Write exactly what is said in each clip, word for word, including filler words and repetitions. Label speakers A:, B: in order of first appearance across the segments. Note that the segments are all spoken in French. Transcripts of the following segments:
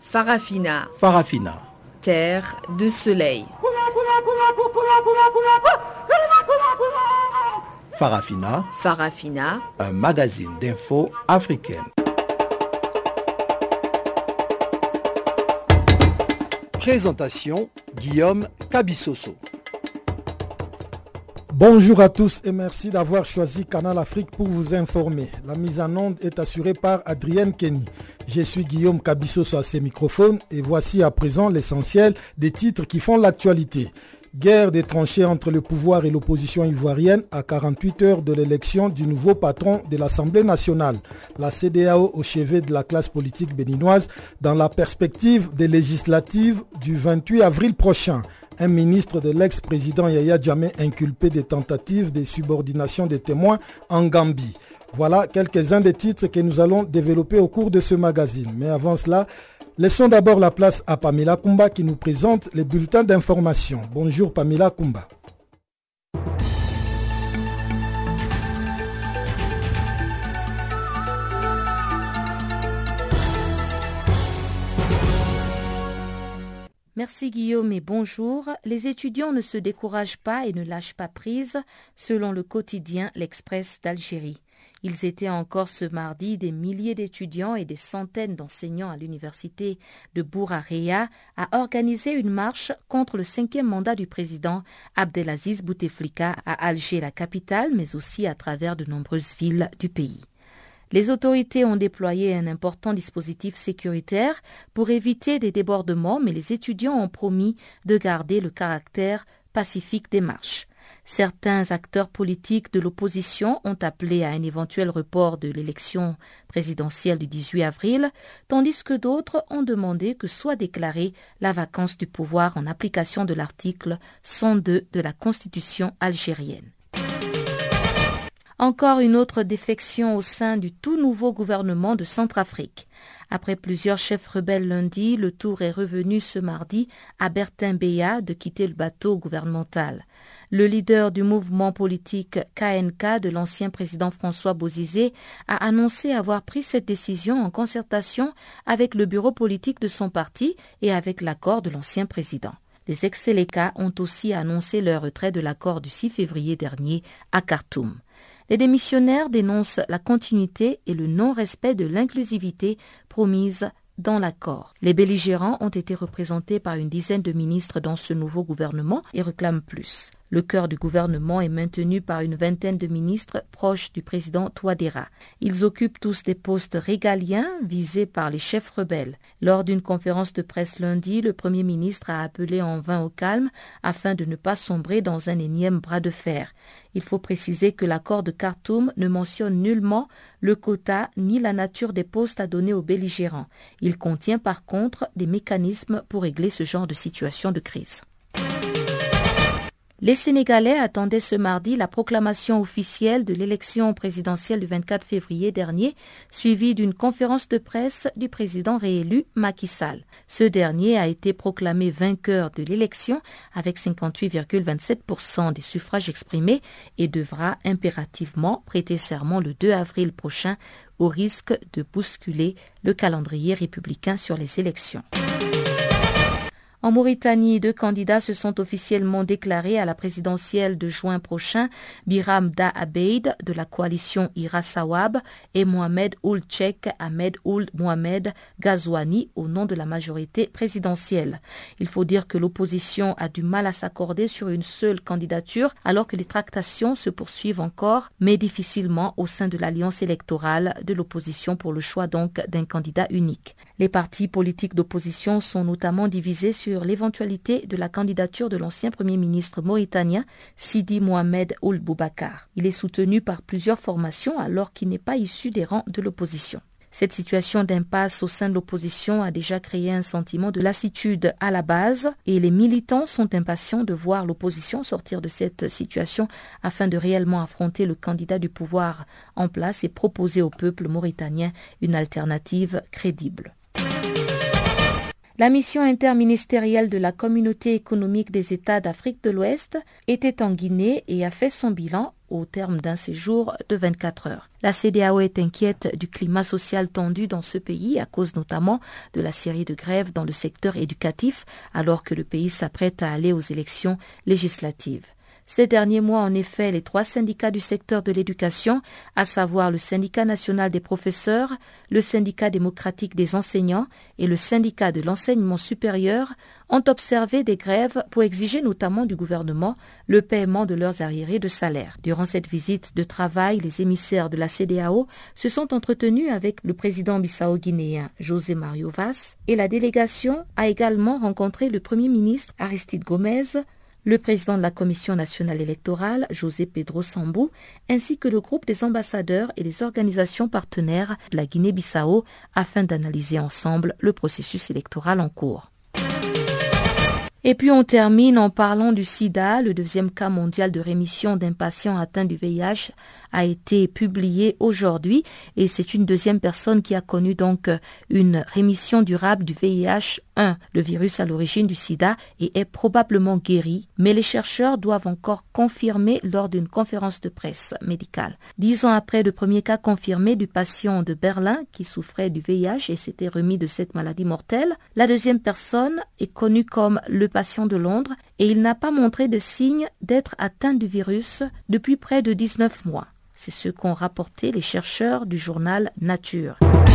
A: Farafina.
B: Farafina.
A: Terre de soleil.
B: Farafina.
A: Farafina.
B: Un magazine d'infos africaine. Présentation Guillaume Kabissoso.
C: Bonjour à tous et merci d'avoir choisi Canal Afrique pour vous informer. La mise en onde est assurée par Adrienne Kenny. Je suis Guillaume Kabissoso à ces microphones et voici à présent l'essentiel des titres qui font l'actualité. Guerre des tranchées entre le pouvoir et l'opposition ivoirienne à quarante-huit heures de l'élection du nouveau patron de l'Assemblée nationale. La C D A O au chevet de la classe politique béninoise dans la perspective des législatives du vingt-huit avril prochain. Un ministre de l'ex-président Yaya Jammeh inculpé des tentatives de subordination des témoins en Gambie. Voilà quelques-uns des titres que nous allons développer au cours de ce magazine. Mais avant cela, laissons d'abord la place à Pamela Kumba qui nous présente les bulletins d'information. Bonjour Pamela Kumba.
D: Merci Guillaume et bonjour. Les étudiants ne se découragent pas et ne lâchent pas prise, selon le quotidien L'Express d'Algérie. Ils étaient encore ce mardi des milliers d'étudiants et des centaines d'enseignants à l'université de Bourg-Areia à organiser une marche contre le cinquième mandat du président Abdelaziz Bouteflika à Alger, la capitale, mais aussi à travers de nombreuses villes du pays. Les autorités ont déployé un important dispositif sécuritaire pour éviter des débordements, mais les étudiants ont promis de garder le caractère pacifique des marches. Certains acteurs politiques de l'opposition ont appelé à un éventuel report de l'élection présidentielle du dix-huit avril, tandis que d'autres ont demandé que soit déclarée la vacance du pouvoir en application de l'article cent deux de la Constitution algérienne. Encore une autre défection au sein du tout nouveau gouvernement de Centrafrique. Après plusieurs chefs rebelles lundi, le tour est revenu ce mardi à Bertin Beya de quitter le bateau gouvernemental. Le leader du mouvement politique K N K de l'ancien président François Bozizé a annoncé avoir pris cette décision en concertation avec le bureau politique de son parti et avec l'accord de l'ancien président. Les ex-Séléka ont aussi annoncé leur retrait de l'accord du six février dernier à Khartoum. Les démissionnaires dénoncent la continuité et le non-respect de l'inclusivité promise dans l'accord. Les belligérants ont été représentés par une dizaine de ministres dans ce nouveau gouvernement et réclament plus. Le cœur du gouvernement est maintenu par une vingtaine de ministres proches du président Touadéra. Ils occupent tous des postes régaliens visés par les chefs rebelles. Lors d'une conférence de presse lundi, le Premier ministre a appelé en vain au calme afin de ne pas sombrer dans un énième bras de fer. Il faut préciser que l'accord de Khartoum ne mentionne nullement le quota ni la nature des postes à donner aux belligérants. Il contient par contre des mécanismes pour régler ce genre de situation de crise. Les Sénégalais attendaient ce mardi la proclamation officielle de l'élection présidentielle du vingt-quatre février dernier, suivie d'une conférence de presse du président réélu Macky Sall. Ce dernier a été proclamé vainqueur de l'élection avec cinquante-huit virgule vingt-sept pour cent des suffrages exprimés et devra impérativement prêter serment le deux avril prochain au risque de bousculer le calendrier républicain sur les élections. En Mauritanie, deux candidats se sont officiellement déclarés à la présidentielle de juin prochain, Biram Da Abeid de la coalition Ira Sawab et Mohamed Ould Cheikh Ahmed Ould Mohamed Ghazouani au nom de la majorité présidentielle. Il faut dire que l'opposition a du mal à s'accorder sur une seule candidature alors que les tractations se poursuivent encore, mais difficilement au sein de l'alliance électorale de l'opposition pour le choix donc d'un candidat unique. Les partis politiques d'opposition sont notamment divisés sur sur l'éventualité de la candidature de l'ancien Premier ministre mauritanien Sidi Mohamed Ould Boubacar. Il est soutenu par plusieurs formations alors qu'il n'est pas issu des rangs de l'opposition. Cette situation d'impasse au sein de l'opposition a déjà créé un sentiment de lassitude à la base et les militants sont impatients de voir l'opposition sortir de cette situation afin de réellement affronter le candidat du pouvoir en place et proposer au peuple mauritanien une alternative crédible. La mission interministérielle de la Communauté économique des États d'Afrique de l'Ouest était en Guinée et a fait son bilan au terme d'un séjour de vingt-quatre heures. La C E D E A O est inquiète du climat social tendu dans ce pays à cause notamment de la série de grèves dans le secteur éducatif alors que le pays s'apprête à aller aux élections législatives. Ces derniers mois, en effet, les trois syndicats du secteur de l'éducation, à savoir le syndicat national des professeurs, le syndicat démocratique des enseignants et le syndicat de l'enseignement supérieur, ont observé des grèves pour exiger notamment du gouvernement le paiement de leurs arriérés de salaire. Durant cette visite de travail, les émissaires de la C E D E A O se sont entretenus avec le président bissau-guinéen José Mario Vaz et la délégation a également rencontré le premier ministre Aristide Gomez, le président de la Commission nationale électorale, José Pedro Sambou, ainsi que le groupe des ambassadeurs et des organisations partenaires de la Guinée-Bissau afin d'analyser ensemble le processus électoral en cours. Et puis on termine en parlant du sida. Le deuxième cas mondial de rémission d'un patient atteint du V I H a été publié aujourd'hui et c'est une deuxième personne qui a connu donc une rémission durable du V I H un, le virus à l'origine du sida, et est probablement guéri, mais les chercheurs doivent encore confirmer lors d'une conférence de presse médicale. Dix ans après le premier cas confirmé du patient de Berlin qui souffrait du V I H et s'était remis de cette maladie mortelle, la deuxième personne est connue comme le patient de Londres et il n'a pas montré de signe d'être atteint du virus depuis près de dix-neuf mois. C'est ce qu'ont rapporté les chercheurs du journal Nature.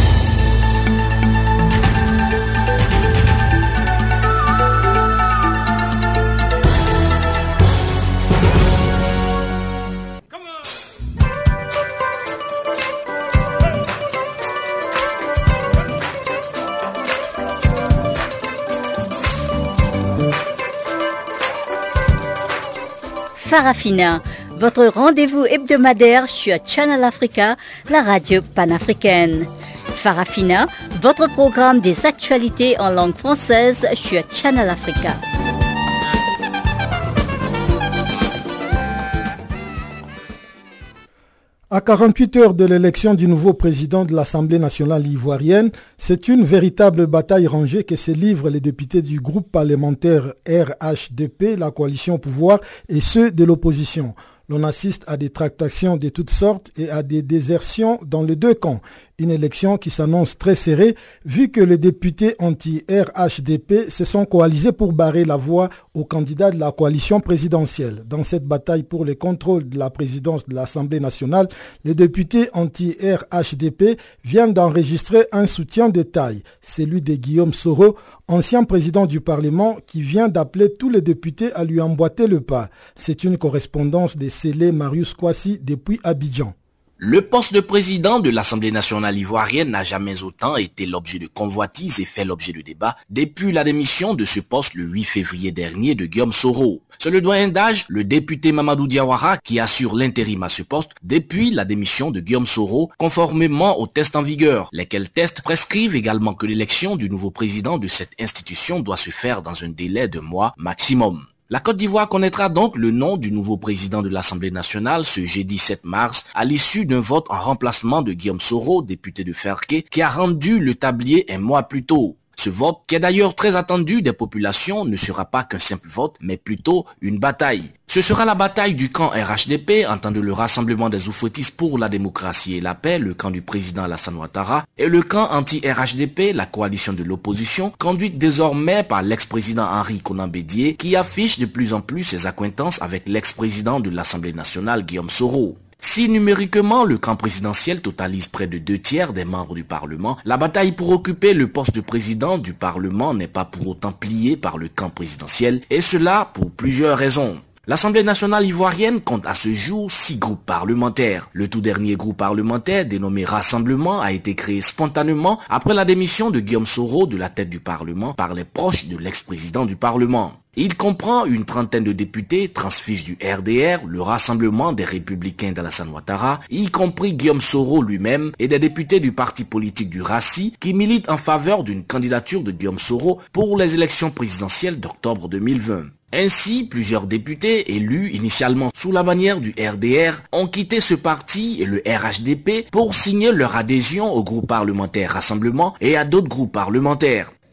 E: Farafina, votre rendez-vous hebdomadaire sur Channel Africa, la radio panafricaine. Farafina, votre programme des actualités en langue française sur Channel Africa.
C: À quarante-huit heures de l'élection du nouveau président de l'Assemblée nationale ivoirienne, c'est une véritable bataille rangée que se livrent les députés du groupe parlementaire R H D P, la coalition au pouvoir, et ceux de l'opposition. L'on assiste à des tractations de toutes sortes et à des désertions dans les deux camps. Une élection qui s'annonce très serrée vu que les députés anti-R H D P se sont coalisés pour barrer la voie aux candidats de la coalition présidentielle. Dans cette bataille pour le contrôle de la présidence de l'Assemblée nationale, les députés anti-R H D P viennent d'enregistrer un soutien de taille, celui de Guillaume Soro, ancien président du Parlement, qui vient d'appeler tous les députés à lui emboîter le pas. C'est une correspondance de Célé Marius Kwasi depuis Abidjan.
F: Le poste de président de l'Assemblée nationale ivoirienne n'a jamais autant été l'objet de convoitises et fait l'objet de débats depuis la démission de ce poste le huit février dernier de Guillaume Soro. Sur le doyen d'âge, le député Mamadou Diawara qui assure l'intérim à ce poste depuis la démission de Guillaume Soro conformément aux tests en vigueur, lesquels tests prescrivent également que l'élection du nouveau président de cette institution doit se faire dans un délai de mois maximum. La Côte d'Ivoire connaîtra donc le nom du nouveau président de l'Assemblée nationale ce jeudi sept mars à l'issue d'un vote en remplacement de Guillaume Soro, député de Ferké, qui a rendu le tablier un mois plus tôt. Ce vote, qui est d'ailleurs très attendu des populations, ne sera pas qu'un simple vote, mais plutôt une bataille. Ce sera la bataille du camp R H D P, entendez le Rassemblement des Oufouettistes pour la démocratie et la paix, le camp du président Alassane Ouattara, et le camp anti-R H D P, la coalition de l'opposition, conduite désormais par l'ex-président Henri Konan Bédié, qui affiche de plus en plus ses accointances avec l'ex-président de l'Assemblée nationale Guillaume Soro. Si numériquement le camp présidentiel totalise près de deux tiers des membres du Parlement, la bataille pour occuper le poste de président du Parlement n'est pas pour autant pliée par le camp présidentiel, et cela pour plusieurs raisons. L'Assemblée nationale ivoirienne compte à ce jour six groupes parlementaires. Le tout dernier groupe parlementaire, dénommé Rassemblement, a été créé spontanément après la démission de Guillaume Soro de la tête du Parlement par les proches de l'ex-président du Parlement. Il comprend une trentaine de députés transfiches du R D R, le Rassemblement des Républicains d'Alassane Ouattara, y compris Guillaume Soro lui-même, et des députés du parti politique du Rassi qui militent en faveur d'une candidature de Guillaume Soro pour les élections présidentielles d'octobre deux mille vingt. Ainsi, plusieurs députés élus initialement sous la bannière du R D R ont quitté ce parti et le R H D P pour signer leur adhésion au groupe parlementaire Rassemblement et à d'autres groupes parlementaires.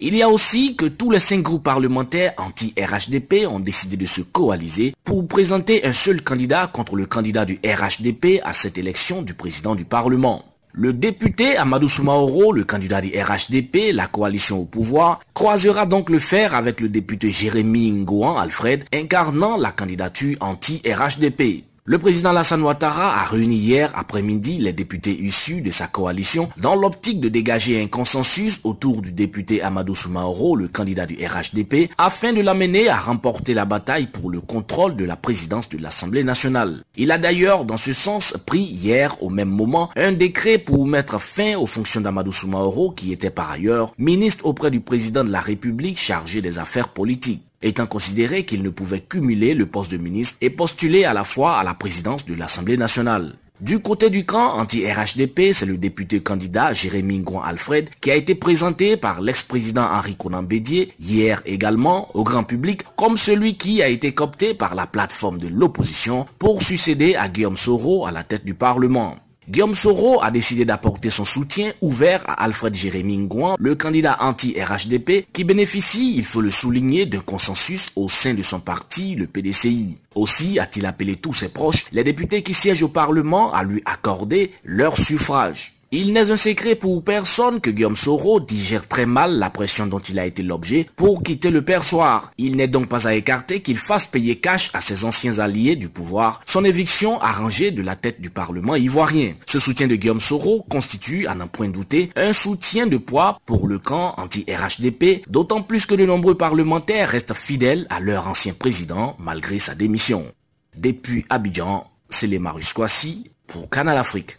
F: Il y a aussi que tous les cinq groupes parlementaires anti-R H D P ont décidé de se coaliser pour présenter un seul candidat contre le candidat du R H D P à cette élection du président du Parlement. Le député Amadou Soumaoro, le candidat du R H D P, la coalition au pouvoir, croisera donc le fer avec le député Jérémy Ngouan Alfred, incarnant la candidature anti-R H D P. Le président Alassane Ouattara a réuni hier après-midi les députés issus de sa coalition dans l'optique de dégager un consensus autour du député Amadou Soumaoro, le candidat du R H D P, afin de l'amener à remporter la bataille pour le contrôle de la présidence de l'Assemblée nationale. Il a d'ailleurs, dans ce sens, pris hier, au même moment, un décret pour mettre fin aux fonctions d'Amadou Soumaoro, qui était par ailleurs ministre auprès du président de la République chargé des affaires politiques, étant considéré qu'il ne pouvait cumuler le poste de ministre et postuler à la fois à la présidence de l'Assemblée nationale. Du côté du camp anti-R H D P, c'est le député candidat Jérémy Ngouan Alfred qui a été présenté par l'ex-président Henri Konan Bédié hier également au grand public comme celui qui a été coopté par la plateforme de l'opposition pour succéder à Guillaume Soro à la tête du Parlement. Guillaume Soro a décidé d'apporter son soutien ouvert à Alfred Jérémy Ngouan, le candidat anti-R H D P, qui bénéficie, il faut le souligner, d'un consensus au sein de son parti, le P D C I. Aussi a-t-il appelé tous ses proches, les députés qui siègent au Parlement, à lui accorder leur suffrage. Il n'est un secret pour personne que Guillaume Soro digère très mal la pression dont il a été l'objet pour quitter le perchoir. Il n'est donc pas à écarter qu'il fasse payer cash à ses anciens alliés du pouvoir son éviction arrangée de la tête du Parlement ivoirien. Ce soutien de Guillaume Soro constitue, à n'en point douter, un soutien de poids pour le camp anti-R H D P, d'autant plus que de nombreux parlementaires restent fidèles à leur ancien président malgré sa démission. Depuis Abidjan, c'est les Marius Kouassi pour Canal Afrique.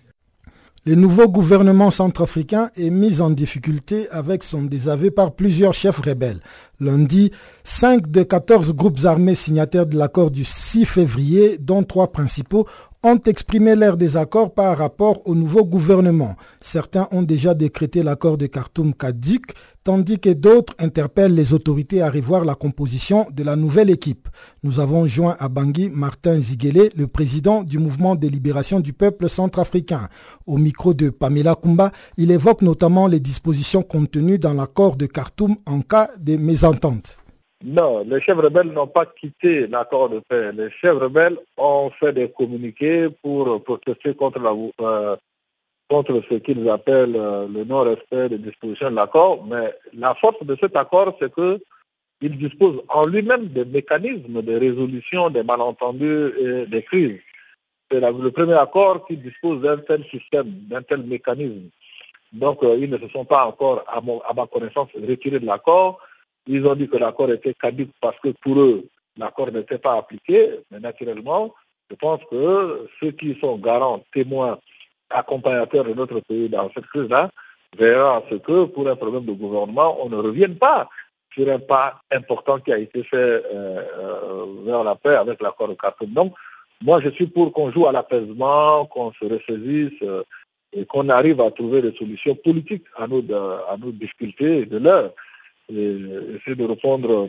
C: Le nouveau gouvernement centrafricain est mis en difficulté avec son désaveu par plusieurs chefs rebelles. Lundi, cinq des quatorze groupes armés signataires de l'accord du six février, dont trois principaux, ont exprimé leur désaccord par rapport au nouveau gouvernement. Certains ont déjà décrété l'accord de Khartoum caduc, tandis que d'autres interpellent les autorités à revoir la composition de la nouvelle équipe. Nous avons joint à Bangui Martin Ziguélé, le président du mouvement de libération du peuple centrafricain. Au micro de Pamela Kumba, il évoque notamment les dispositions contenues dans l'accord de Khartoum en cas de mésentente.
G: Non, les chefs rebelles n'ont pas quitté l'accord de paix. Les chefs rebelles ont fait des communiqués pour protester contre, la, euh, contre ce qu'ils appellent euh, le non-respect des dispositions de l'accord. Mais la force de cet accord, c'est qu'il dispose en lui-même des mécanismes de résolution des malentendus et des crises. C'est la, le premier accord qui dispose d'un tel système, d'un tel mécanisme. Donc, euh, ils ne se sont pas encore, à, mon, à ma connaissance, retirés de l'accord. Ils ont dit que l'accord était caduc parce que pour eux, l'accord n'était pas appliqué. Mais naturellement, je pense que ceux qui sont garants, témoins, accompagnateurs de notre pays dans cette crise-là, verront à ce que pour un problème de gouvernement, on ne revienne pas sur un pas important qui a été fait euh, euh, vers la paix avec l'accord de Khartoum. Donc, moi, je suis pour qu'on joue à l'apaisement, qu'on se ressaisisse euh, et qu'on arrive à trouver des solutions politiques à nos, à nos difficultés de l'heure. Et essayer de répondre,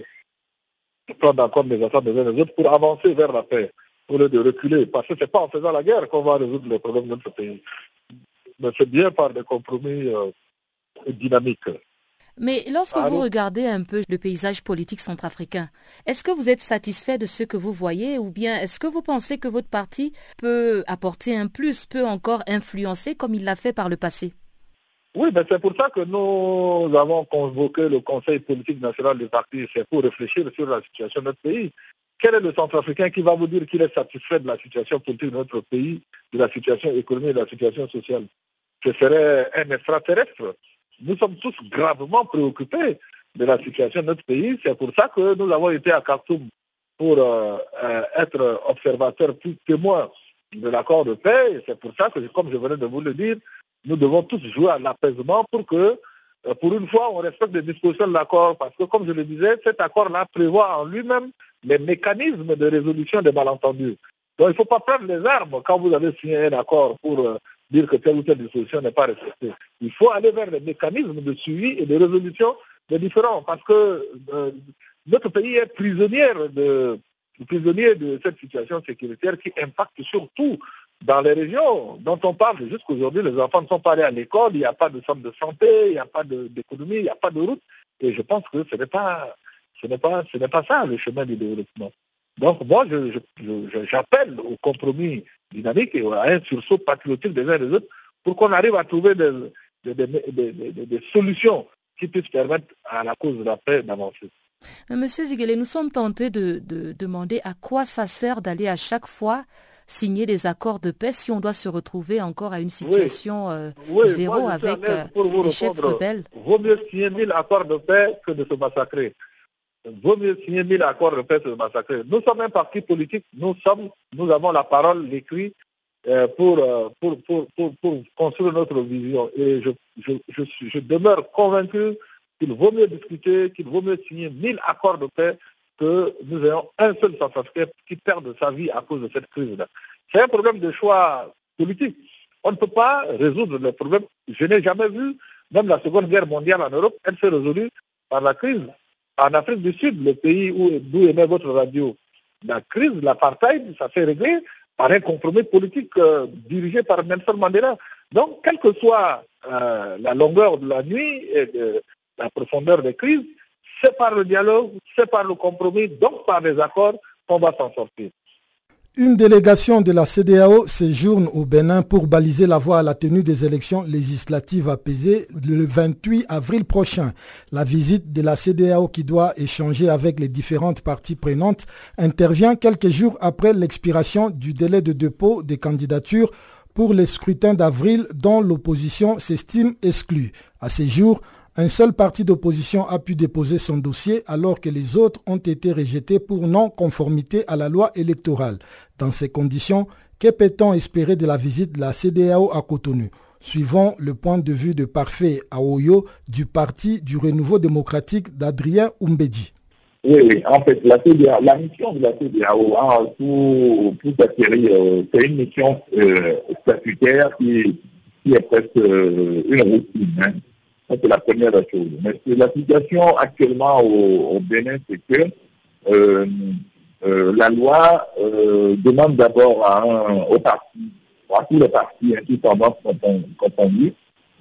G: de prendre en compte les attentes des uns et des autres pour avancer vers la paix, au lieu de reculer. Parce que ce n'est pas en faisant la guerre qu'on va résoudre les problèmes de notre pays. Mais c'est bien par des compromis euh, dynamiques.
D: Mais lorsque Allô? vous regardez un peu le paysage politique centrafricain, est-ce que vous êtes satisfait de ce que vous voyez ou bien est-ce que vous pensez que votre parti peut apporter un plus, peut encore influencer comme il l'a fait par le passé?
G: Oui, ben c'est pour ça que nous avons convoqué le Conseil politique national du parti, c'est pour réfléchir sur la situation de notre pays. Quel est le Centrafricain qui va vous dire qu'il est satisfait de la situation politique de notre pays, de la situation économique, de la situation sociale? Ce serait un extraterrestre. Nous sommes tous gravement préoccupés de la situation de notre pays. C'est pour ça que nous avons été à Khartoum pour euh, euh, être observateurs, plus témoins de l'accord de paix. Et c'est pour ça que, comme je venais de vous le dire, nous devons tous jouer à l'apaisement pour que, euh, pour une fois, on respecte les dispositions de l'accord. Parce que, comme je le disais, cet accord-là prévoit en lui-même les mécanismes de résolution des malentendus. Donc, il ne faut pas prendre les armes quand vous avez signé un accord pour euh, dire que telle ou telle disposition n'est pas respectée. Il faut aller vers les mécanismes de suivi et de résolution des différends. Parce que euh, notre pays est prisonnier de, prisonnier de cette situation sécuritaire qui impacte surtout dans les régions dont on parle. Jusqu'aujourd'hui, les enfants ne sont pas allés à l'école, il n'y a pas de centre de santé, il n'y a pas d'économie, il n'y a pas de route. Et je pense que ce n'est pas, ce n'est pas, ce n'est pas ça le chemin du développement. Donc moi, je, je, je, j'appelle au compromis dynamique et à un sursaut patriotique des uns et des autres pour qu'on arrive à trouver des, des, des, des, des, des solutions qui puissent permettre à la cause de la paix d'avancer.
D: Monsieur Ziguele, nous sommes tentés de, de demander à quoi ça sert d'aller à chaque fois signer des accords de paix si on doit se retrouver encore à une situation oui. Euh, oui, zéro moi, avec euh, les chefs rebelles.
G: Vaut mieux signer mille accords de paix que de se massacrer. Vaut mieux signer mille accords de paix que de se massacrer. Nous sommes un parti politique, nous sommes, nous avons la parole, l'écrit euh, pour, euh, pour, pour, pour, pour construire notre vision. Et je, je, je, je demeure convaincu qu'il vaut mieux discuter, qu'il vaut mieux signer mille accords de paix que nous ayons un seul Centrafricain qui perde sa vie à cause de cette crise-là. C'est un problème de choix politique. On ne peut pas résoudre le problème. Je n'ai jamais vu, même la Seconde Guerre mondiale en Europe, elle s'est résolue par la crise. En Afrique du Sud, le pays où, d'où émet votre radio, la crise, l'apartheid, ça s'est réglé par un compromis politique euh, dirigé par Nelson Mandela. Donc, quelle que soit euh, la longueur de la nuit et de la profondeur des crises, c'est par le dialogue, c'est par le compromis, donc par les accords qu'on va s'en sortir.
C: Une délégation de la C E D E A O séjourne au Bénin pour baliser la voie à la tenue des élections législatives apaisées le vingt-huit avril prochain. La visite de la C E D E A O, qui doit échanger avec les différentes parties prenantes, intervient quelques jours après l'expiration du délai de dépôt des candidatures pour les scrutins d'avril dont l'opposition s'estime exclue. À ces jours, un seul parti d'opposition a pu déposer son dossier alors que les autres ont été rejetés pour non-conformité à la loi électorale. Dans ces conditions, que peut-on espérer de la visite de la C E D E A O à Cotonou? Suivons le point de vue de Parfait Aoyo du Parti du Renouveau démocratique d'Adrien Oumbedji.
H: Oui, oui, en fait, la, C E D E A O, la mission de la C E D E A O, hein, pour, pour s'atterrir, euh, c'est une mission euh, statutaire qui, qui est presque euh, une routine. Hein. Ça, c'est la première chose. Mais la situation actuellement au, au Bénin, c'est que euh, euh, la loi euh, demande d'abord à un, au parti, à tous les partis, hein, qui tendance confondus,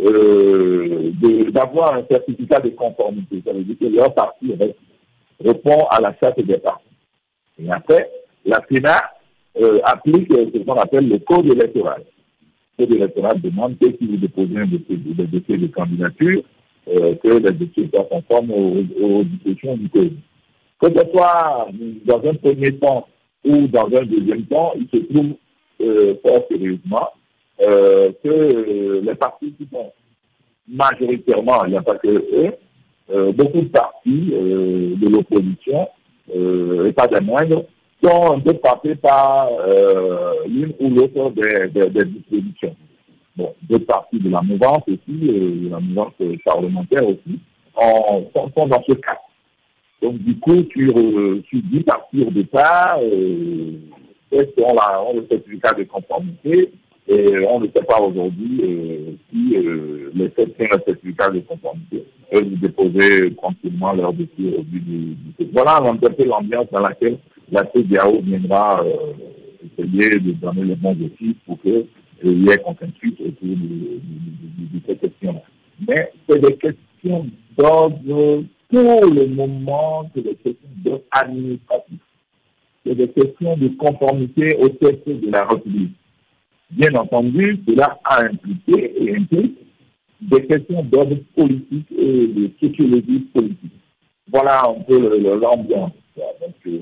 H: euh, d'avoir un certificat de conformité. Ça veut dire que leur parti répond à la charte des partis. Et après, la Sénat euh, applique ce qu'on appelle le code électoral. Le code électoral demande que si vous déposez un dossier de, de, de, de candidature, euh, que les dossiers soient conformes aux, aux dispositions du code. Que ce soit dans un premier temps ou dans un deuxième temps, il se trouve euh, fort sérieusement euh, que euh, les partis qui sont majoritairement, il n'y a pas que eux, euh, beaucoup de partis euh, de l'opposition, euh, et pas des moindres, sont un peu frappés par euh, l'une ou l'autre des, des, des dispositions. Bon, d'autres partis de la mouvance aussi, euh, de la mouvance parlementaire aussi, en, sont, sont dans ce cas. Donc du coup, sur, euh, sur dix partis au départ, euh, on a, on a le certificat de conformité, et on ne sait pas aujourd'hui euh, si euh, les sept qui ont le certificat de conformité peuvent déposer tranquillement leur dossier au but du, du Voilà un peu l'ambiance dans laquelle la C E D E A O viendra euh, essayer de donner les bons outils pour qu'il euh, y ait consensus autour de, de, de, de ces questions. Mais c'est des questions d'ordre, pour le moment, c'est des questions d'ordre administratif. C'est des questions de conformité au texte de la République. Bien entendu, cela a impliqué et implique des questions d'ordre politique et de sociologie politique. Voilà un peu l'ambiance. Donc, euh,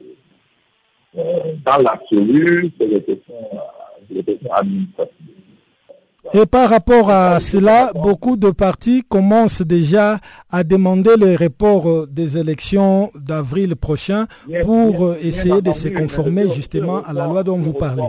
H: euh, dans l'absolu, c'est des questions, euh, des questions administratives.
C: Et par rapport à cela, beaucoup de partis commencent déjà à demander le report des élections d'avril prochain pour essayer de se conformer justement à la loi dont vous parlez.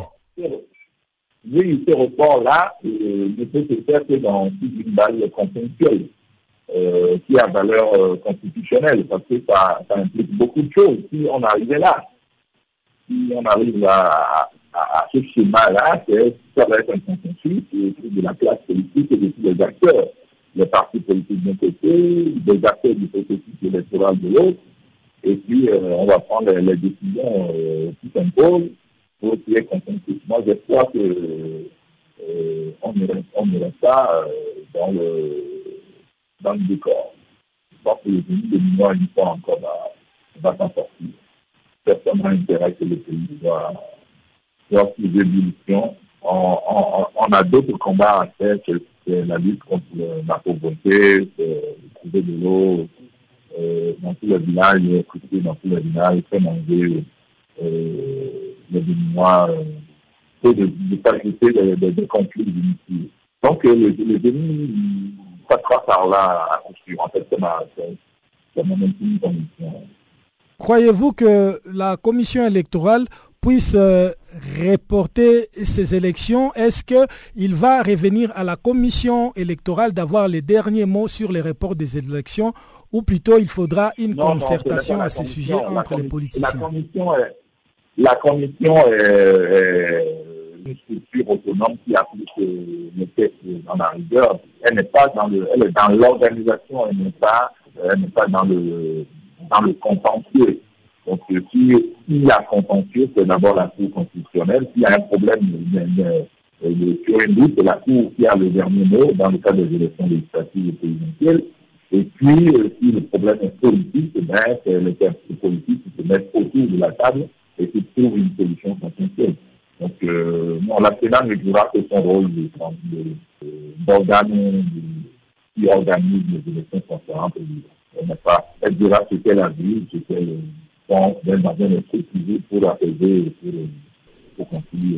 H: Oui, ce report-là euh, ne peut se faire que dans une base consensuelle euh, qui a valeur euh, constitutionnelle, parce que ça, ça implique beaucoup de choses. Si on arrivait là, si on arrive à, à, à ce schéma-là, ça va être un consensus de la classe politique et de tous les acteurs, les partis politiques d'un côté, des acteurs du processus électoral de l'autre, et puis euh, on va prendre les, les décisions euh, qui s'imposent pour qu'il y ait consensus. Moi, j'espère que euh, on ne reste pas euh, dans le dans le décor. pense que le pays béninois, une fois encore, va, va s'en sortir. Certainement intérêt que le pays doit, doit suivre l'évolution. On, on, on a d'autres combats à faire, c'est la lutte contre la pauvreté, c'est trouver de l'eau euh, dans tous les villages, l'électricité dans tous les villages, faire manger euh, les Béninois, euh, de, de faciliter des de, de conflits inutiles. Donc euh, le, le Bénin passera par là à construire. En fait, c'est ma, c'est mon intime conviction.
C: Croyez-vous que la commission électorale puisse euh, reporter ces élections? Est-ce qu'il va revenir à la commission électorale d'avoir les derniers mots sur les reports des élections, ou plutôt il faudra une non, concertation non, à ce sujet entre les politiciens?
H: La commission est, la commission est, est une structure autonome qui applique les textes dans la rigueur. Elle n'est pas dans le, elle est dans l'organisation, elle n'est pas, elle n'est pas dans le, dans le contentieux. Donc, s'il y a contentieux, c'est d'abord la Cour constitutionnelle. S'il y a un problème sur une doute, c'est la Cour qui a le dernier mot dans le cas des élections législatives et présidentielles. Et puis, si le problème est politique, eh bien, c'est les partis politiques qui se mettent autour de la table et qui trouvent une solution consensuelle. Donc, euh, non, la Sénat ne jouera que son rôle d'organe qui organise les élections transparentes. Elle n'est pas, elle dira ce qu'elle a vu, ce qu'elle pense, dans un esprit pour apaiser et pour, pour concilier.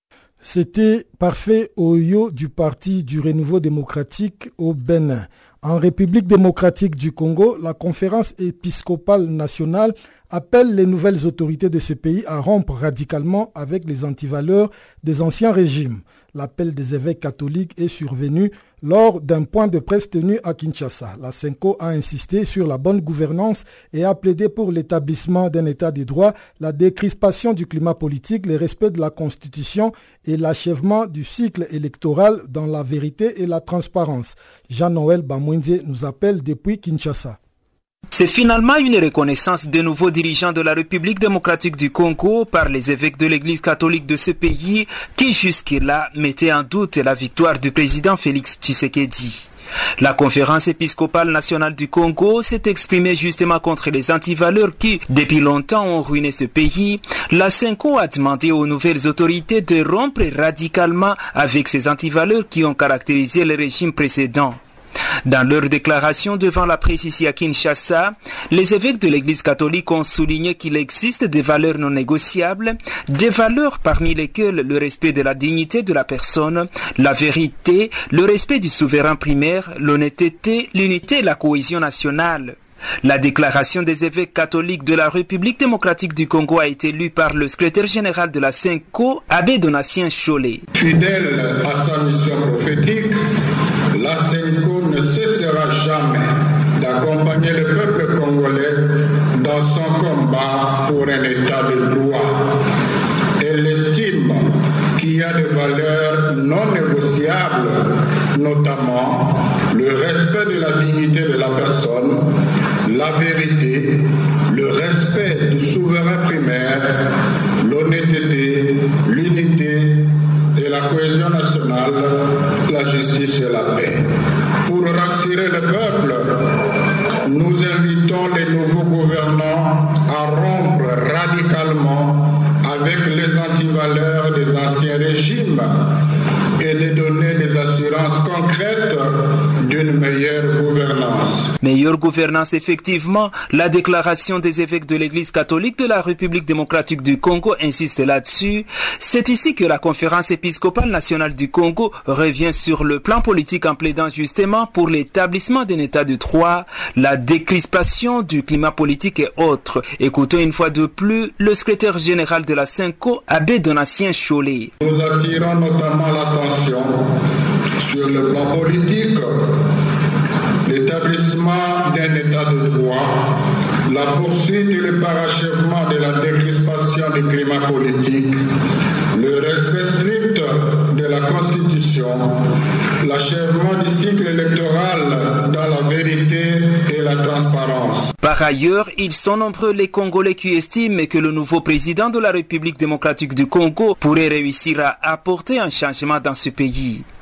C: C'était Parfait Oyo du Parti du Renouveau démocratique au Bénin. En République démocratique du Congo, la conférence épiscopale nationale appelle les nouvelles autorités de ce pays à rompre radicalement avec les antivaleurs des anciens régimes. L'appel des évêques catholiques est survenu lors d'un point de presse tenu à Kinshasa. La CENCO a insisté sur la bonne gouvernance et a plaidé pour l'établissement d'un état de droit, la décrispation du climat politique, le respect de la Constitution et l'achèvement du cycle électoral dans la vérité et la transparence. Jean-Noël Bamouindé nous appelle depuis Kinshasa.
I: C'est finalement une reconnaissance des nouveaux dirigeants de la République démocratique du Congo par les évêques de l'Église catholique de ce pays qui jusque-là mettaient en doute la victoire du président Félix Tshisekedi. La conférence épiscopale nationale du Congo s'est exprimée justement contre les antivaleurs qui, depuis longtemps, ont ruiné ce pays. La CENCO a demandé aux nouvelles autorités de rompre radicalement avec ces antivaleurs qui ont caractérisé le régime précédent. Dans leur déclaration devant la presse ici à Kinshasa, les évêques de l'Église catholique ont souligné qu'il existe des valeurs non négociables, des valeurs parmi lesquelles le respect de la dignité de la personne, la vérité, le respect du souverain primaire, l'honnêteté, l'unité et la cohésion nationale. La déclaration des évêques catholiques de la République démocratique du Congo a été lue par le secrétaire général de la CENCO, Abbé Donatien Chollet.
J: Fidèle à sa mission prophétique, la CENCO ne cessera jamais d'accompagner le peuple congolais dans son combat pour un état de droit. Elle estime qu'il y a des valeurs non négociables, notamment le respect de la dignité de la personne, la vérité, le respect du souverain primaire, l'honnêteté, l'unité et la cohésion nationale, la justice et la paix. Pour rassurer le peuple, nous invitons les nouveaux gouvernants à rompre radicalement avec les antivaleurs des anciens régimes et de donner des assurances concrètes d'une meilleure gouvernance.
I: Meilleure gouvernance, effectivement, la déclaration des évêques de l'Église catholique de la République démocratique du Congo insiste là-dessus. C'est ici que la conférence épiscopale nationale du Congo revient sur le plan politique en plaidant justement pour l'établissement d'un état de droit, la décrispation du climat politique et autres. Écoutons une fois de plus le secrétaire général de la CENCO, Abbé Donatien Chollet.
J: Nous attirons notamment l'attention sur le plan politique, l'établissement d'un état de droit, la poursuite et le parachèvement de la décrispation du climat politique, le respect strict de la Constitution, l'achèvement du cycle électoral dans la vérité et la transparence.
I: Par ailleurs, ils sont nombreux les Congolais qui estiment que le nouveau président de la République démocratique du Congo pourrait réussir à apporter un changement dans ce pays.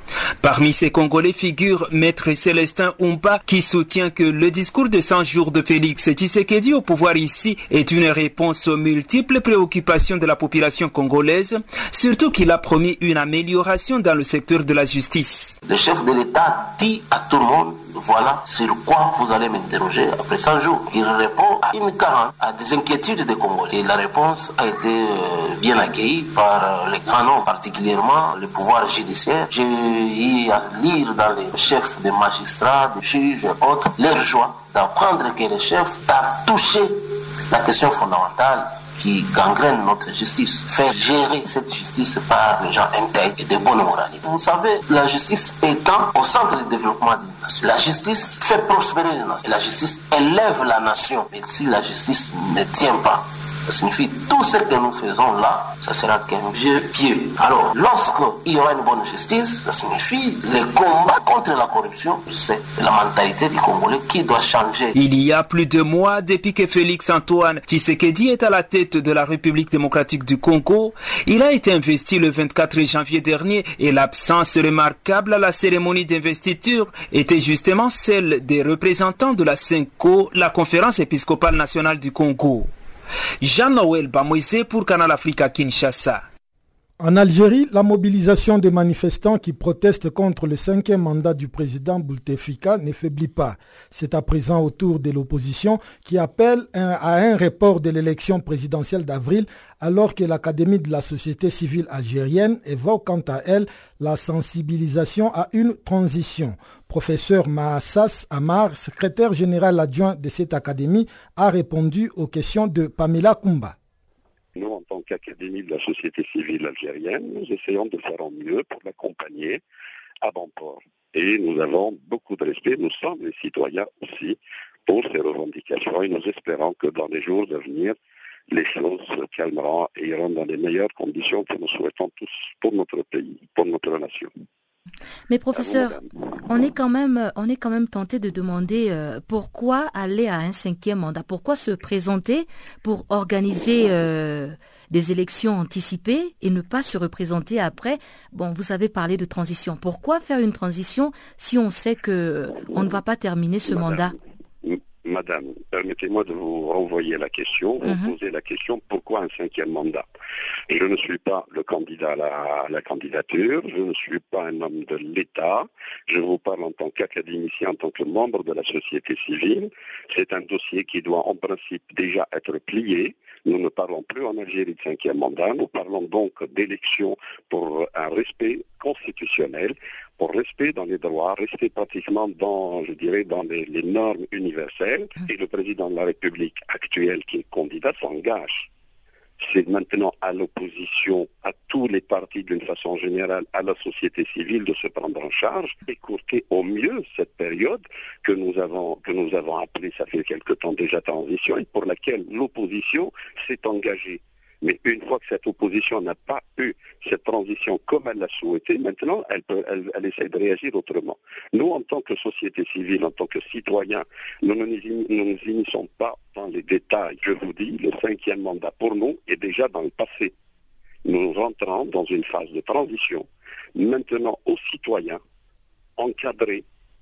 I: Parmi ces Congolais figure Maître Célestin Oumba qui soutient que le discours de cent jours de Félix Tshisekedi au pouvoir ici est une réponse aux multiples préoccupations de la population congolaise, surtout qu'il a promis une amélioration dans le secteur de la justice.
K: Le chef de l'État dit à tout le monde, voilà sur quoi vous allez m'interroger après cent jours. Il répond à une quarantaine, à des inquiétudes des Congolais. Et la réponse a été euh, bien accueillie par euh, les grands noms, particulièrement le pouvoir judiciaire. J'ai eu à lire dans les chefs des magistrats, des juges et autres, leur joie d'apprendre que le chef a touché la question fondamentale qui gangrène notre justice, faire gérer cette justice par des gens intègres et de bonne moralité. Vous savez, la justice étant au centre du développement d'une nation. La justice fait prospérer les nations. La justice élève la nation. Mais si la justice ne tient pas, ça signifie tout ce que nous faisons là, ça sera qu'un vieux pied. Alors, lorsqu'il y aura une bonne justice, ça signifie le combat contre la corruption. C'est la mentalité du Congolais qui doit changer.
I: Il y a plus de mois, depuis que Félix Antoine Tshisekedi est à la tête de la République démocratique du Congo, il a été investi le vingt-quatre janvier dernier et l'absence remarquable à la cérémonie d'investiture était justement celle des représentants de la CENCO, la Conférence épiscopale nationale du Congo. Jean-Noël Bamoisé pour Canal Africa Kinshasa.
C: En Algérie, la mobilisation des manifestants qui protestent contre le cinquième mandat du président Bouteflika ne faiblit pas. C'est à présent au tour de l'opposition qui appelle un, à un report de l'élection présidentielle d'avril, alors que l'Académie de la société civile algérienne évoque quant à elle la sensibilisation à une transition. Professeur Maassas Amar, secrétaire général adjoint de cette académie, a répondu aux questions de Pamela Kumba.
L: Nous, en tant qu'Académie de la société civile algérienne, nous essayons de faire en mieux pour l'accompagner à bon port. Et nous avons beaucoup de respect, nous sommes les citoyens aussi, pour ces revendications et nous espérons que dans les jours à venir, les choses se calmeront et iront dans les meilleures conditions que nous souhaitons tous pour notre pays, pour notre nation.
D: Mais professeur, on est quand même, on est quand même tenté de demander euh, pourquoi aller à un cinquième mandat, pourquoi se présenter pour organiser euh, des élections anticipées et ne pas se représenter après. Bon, vous avez parlé de transition. Pourquoi faire une transition si on sait que on ne va pas terminer ce
L: Madame,
D: mandat?
L: Madame, permettez-moi de vous renvoyer la question. Vous
D: Mm-hmm.
L: posez la question, pourquoi un cinquième mandat? Je ne suis pas le candidat à la, à la candidature, je ne suis pas un homme de l'État, je vous parle en tant qu'académicien, en tant que membre de la société civile. C'est un dossier qui doit en principe déjà être plié. Nous ne parlons plus en Algérie de cinquième mandat, nous parlons donc d'élections pour un respect constitutionnel, pour respect dans les droits, respect pratiquement dans, je dirais, dans les, les normes universelles. Et le président de la République actuel qui est candidat s'engage. C'est maintenant à l'opposition, à tous les partis d'une façon générale, à la société civile de se prendre en charge, écourter au mieux cette période que nous avons, que nous avons appelée, ça fait quelque temps déjà, transition, et pour laquelle l'opposition s'est engagée. Mais une fois que cette opposition n'a pas eu cette transition comme elle l'a souhaité, maintenant, elle, peut, elle, elle essaie de réagir autrement. Nous, en tant que société civile, en tant que citoyens, nous ne nous, nous nous initions pas dans les détails. Je vous dis, le cinquième mandat pour nous est déjà dans le passé. Nous rentrons dans une phase de transition. Maintenant, aux citoyens, encadrés,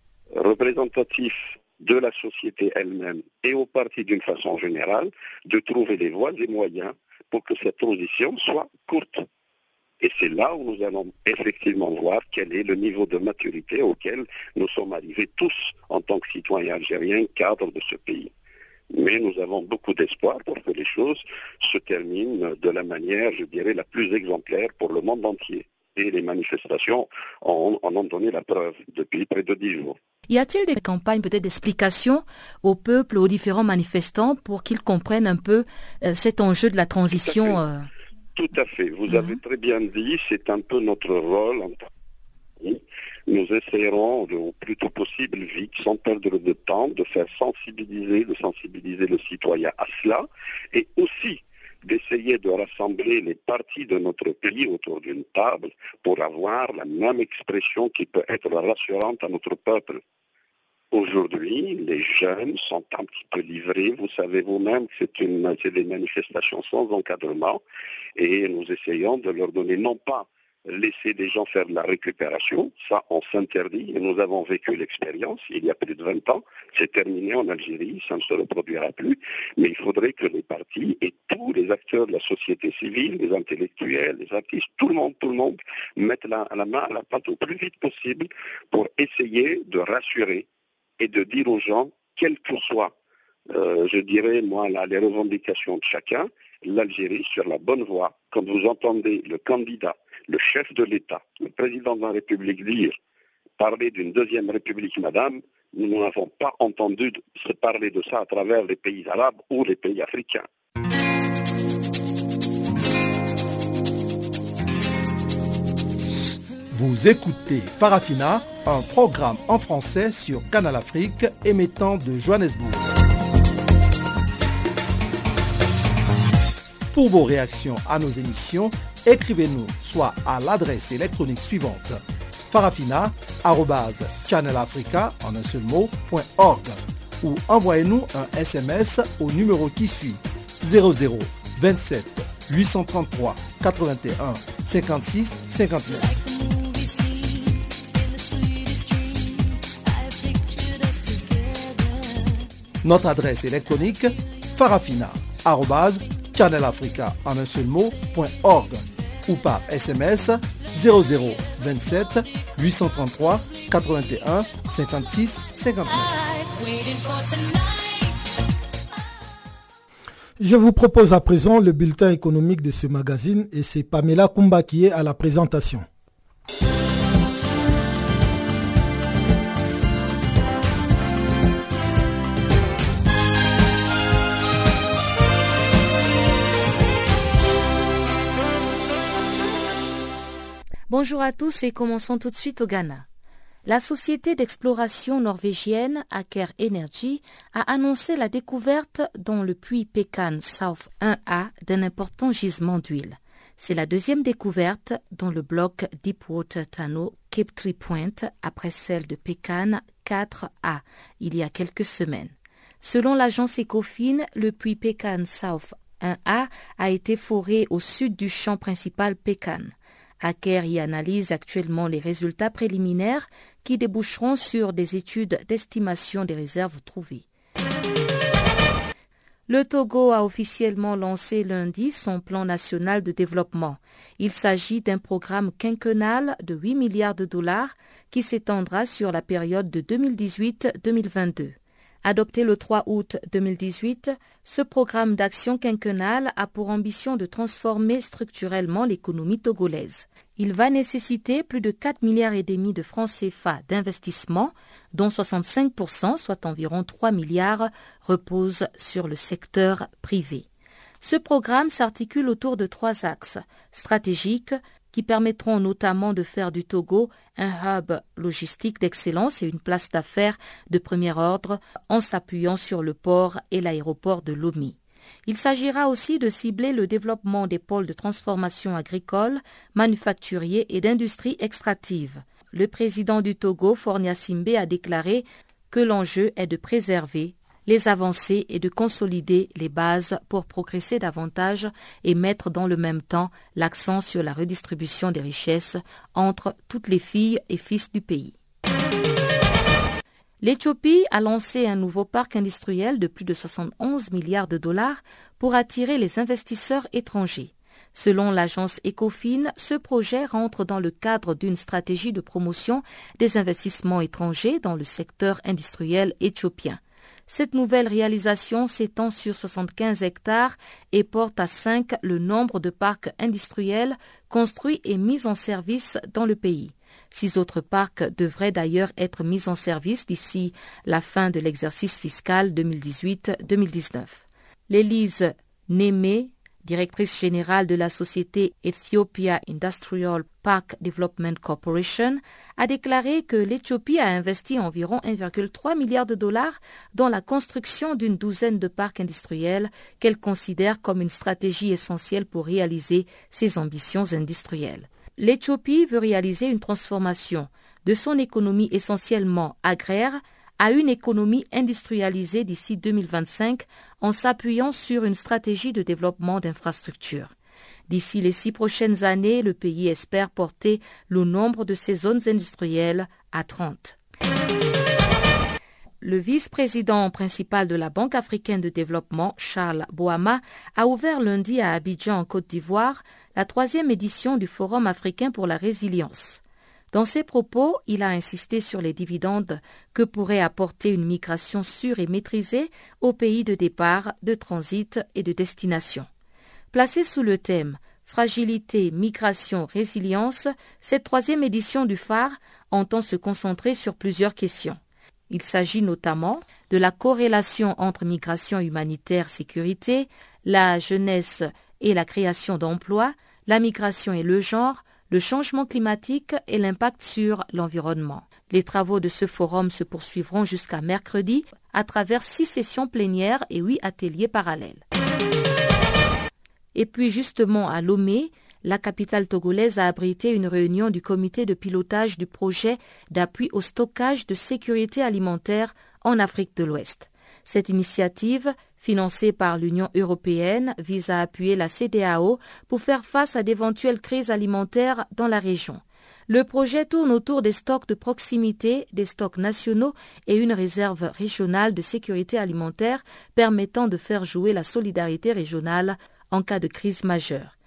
L: représentatifs de la société elle-même et aux partis d'une façon générale, de trouver les voies et moyens pour que cette transition soit courte. Et c'est là où nous allons effectivement voir quel est le niveau de maturité auquel nous sommes arrivés tous en tant que citoyens algériens, cadres de ce pays. Mais nous avons beaucoup d'espoir pour que les choses se terminent de la manière, je dirais, la plus exemplaire pour le monde entier. Et les manifestations en, en ont donné la preuve depuis près de dix jours.
D: Y a-t-il des campagnes, peut-être d'explications au peuple, aux différents manifestants pour qu'ils comprennent un peu euh, cet enjeu de la transition?
L: Tout à fait. Euh... Tout à fait. Vous mmh. avez très bien dit, c'est un peu notre rôle en tant que pays. Nous essayerons le plus tôt possible, vite, sans perdre de temps, de faire sensibiliser, de sensibiliser le citoyen à cela, et aussi d'essayer de rassembler les partis de notre pays autour d'une table pour avoir la même expression qui peut être rassurante à notre peuple. Aujourd'hui, les jeunes sont un petit peu livrés. Vous savez vous-même que c'est, une, c'est des manifestations sans encadrement et nous essayons de leur donner non pas laisser des gens faire de la récupération. Ça, on s'interdit et nous avons vécu l'expérience il y a plus de vingt ans. C'est terminé en Algérie, ça ne se reproduira plus. Mais il faudrait que les partis et tous les acteurs de la société civile, les intellectuels, les artistes, tout le monde, tout le monde, mettent la, la main à la pâte au plus vite possible pour essayer de rassurer et de dire aux gens, quel que soit, euh, je dirais, moi, là, les revendications de chacun, l'Algérie sur la bonne voie. Quand vous entendez le candidat, le chef de l'État, le président de la République dire, parler d'une deuxième République, madame, nous n'avons pas entendu se parler de ça à travers les pays arabes ou les pays africains.
B: Vous écoutez Farafina, un programme en français sur Canal Afrique émettant de Johannesburg. Pour vos réactions à nos émissions, écrivez-nous soit à l'adresse électronique suivante farafina arobase channelafrica en un seul mot point org ou envoyez-nous un S M S au numéro qui suit zéro zéro vingt-sept huit cent trente-trois quatre-vingt-un cinquante-six cinquante-neuf. Notre adresse électronique farafina arobase channelafrica en un seul mot point org ou par S M S zéro zéro vingt-sept huit cent trente-trois quatre-vingt-un cinquante-six cinquante-neuf.
C: Je vous propose à présent le bulletin économique de ce magazine et c'est Pamela Kumba qui est à la présentation.
D: Bonjour à tous et commençons tout de suite au Ghana. La société d'exploration norvégienne Aker Energy a annoncé la découverte dans le puits Pecan South un A d'un important gisement d'huile. C'est la deuxième découverte dans le bloc Deepwater Tano Cape Tree Point après celle de Pecan quatre A il y a quelques semaines. Selon l'agence Ecofin, le puits Pecan South un A a été foré au sud du champ principal Pecan. Aker y analyse actuellement les résultats préliminaires qui déboucheront sur des études d'estimation des réserves trouvées. Le Togo a officiellement lancé lundi son plan national de développement. Il s'agit d'un programme quinquennal de huit milliards de dollars qui s'étendra sur la période de deux mille dix-huit à deux mille vingt-deux. Adopté le trois août deux mille dix-huit, ce programme d'action quinquennale a pour ambition de transformer structurellement l'économie togolaise. Il va nécessiter plus de quatre milliards et demi de francs C F A d'investissement, dont soixante-cinq pour cent, soit environ trois milliards, reposent sur le secteur privé. Ce programme s'articule autour de trois axes stratégiques qui permettront notamment de faire du Togo un hub logistique d'excellence et une place d'affaires de premier ordre en s'appuyant sur le port et l'aéroport de Lomé. Il s'agira aussi de cibler le développement des pôles de transformation agricole, manufacturier et d'industrie extractive. Le président du Togo, Fornia Simbe, a déclaré que l'enjeu est de préserver les avancées et de consolider les bases pour progresser davantage et mettre dans le même temps l'accent sur la redistribution des richesses entre toutes les filles et fils du pays. L'Éthiopie a lancé un nouveau parc industriel de plus de soixante et onze milliards de dollars pour attirer les investisseurs étrangers. Selon l'agence Ecofin, ce projet rentre dans le cadre d'une stratégie de promotion des investissements étrangers dans le secteur industriel éthiopien. Cette nouvelle réalisation s'étend sur soixante-quinze hectares et porte à cinq le nombre de parcs industriels construits et mis en service dans le pays. Six autres parcs devraient d'ailleurs être mis en service d'ici la fin de l'exercice fiscal deux mille dix-huit deux mille dix-neuf. L'Élise Némé, directrice générale de la société Ethiopia Industrial Park Development Corporation, a déclaré que l'Éthiopie a investi environ un virgule trois milliard de dollars dans la construction d'une douzaine de parcs industriels qu'elle considère comme une stratégie essentielle pour réaliser ses ambitions industrielles. L'Éthiopie veut réaliser une transformation de son économie essentiellement agraire à une économie industrialisée d'ici deux mille vingt-cinq en s'appuyant sur une stratégie de développement d'infrastructures. D'ici les six prochaines années, le pays espère porter le nombre de ses zones industrielles à trente. Le vice-président principal de la Banque africaine de développement, Charles Boama, a ouvert lundi à Abidjan, en Côte d'Ivoire, la troisième édition du Forum africain pour la résilience. Dans ses propos, il a insisté sur les dividendes que pourrait apporter une migration sûre et maîtrisée aux pays de départ, de transit et de destination. Placée sous le thème « Fragilité, migration, résilience », cette troisième édition du phare entend se concentrer sur plusieurs questions. Il s'agit notamment de la corrélation entre migration humanitaire, sécurité, la jeunesse et la création d'emplois, la migration et le genre, le changement climatique et l'impact sur l'environnement. Les travaux de ce forum se poursuivront jusqu'à mercredi à travers six sessions plénières et huit ateliers parallèles. Et puis justement à Lomé, la capitale togolaise a abrité une réunion du comité de pilotage du projet d'appui au stockage de sécurité alimentaire en Afrique de l'Ouest. Cette initiative, financée par l'Union européenne, vise à appuyer la C D A O pour faire face à d'éventuelles crises alimentaires dans la région. Le projet tourne autour des stocks de proximité, des stocks nationaux et une réserve régionale de sécurité alimentaire permettant de faire jouer la solidarité régionale en cas de crise majeure.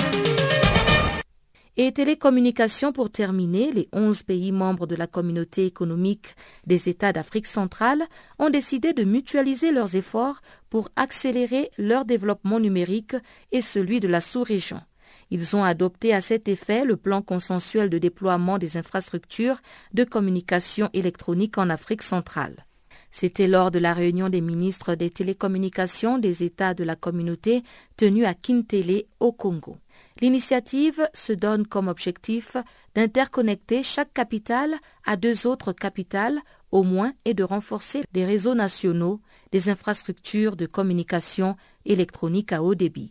D: Et télécommunications pour terminer, les onze pays membres de la communauté économique des États d'Afrique centrale ont décidé de mutualiser leurs efforts pour accélérer leur développement numérique et celui de la sous-région. Ils ont adopté à cet effet le plan consensuel de déploiement des infrastructures de communication électronique en Afrique centrale. C'était lors de la réunion des ministres des télécommunications des États de la communauté tenue à Kintélé, au Congo. L'initiative se donne comme objectif d'interconnecter chaque capitale à deux autres capitales au moins et de renforcer les réseaux nationaux des infrastructures de communication électronique à haut débit.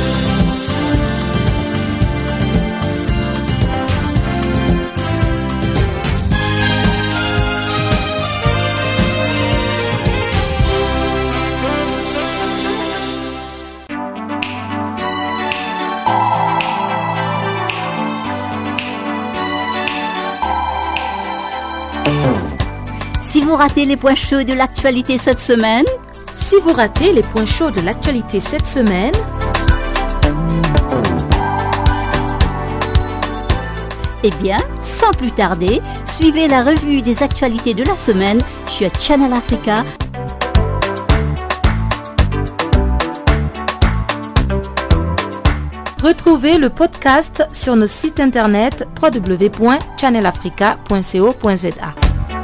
E: Si vous ratez les points chauds de l'actualité cette semaine,
D: si vous ratez les points chauds de l'actualité cette semaine,
E: eh bien, sans plus tarder, suivez la revue des actualités de la semaine sur Channel Africa.
D: Retrouvez le podcast sur notre site internet w w w point channel africa point co point z a.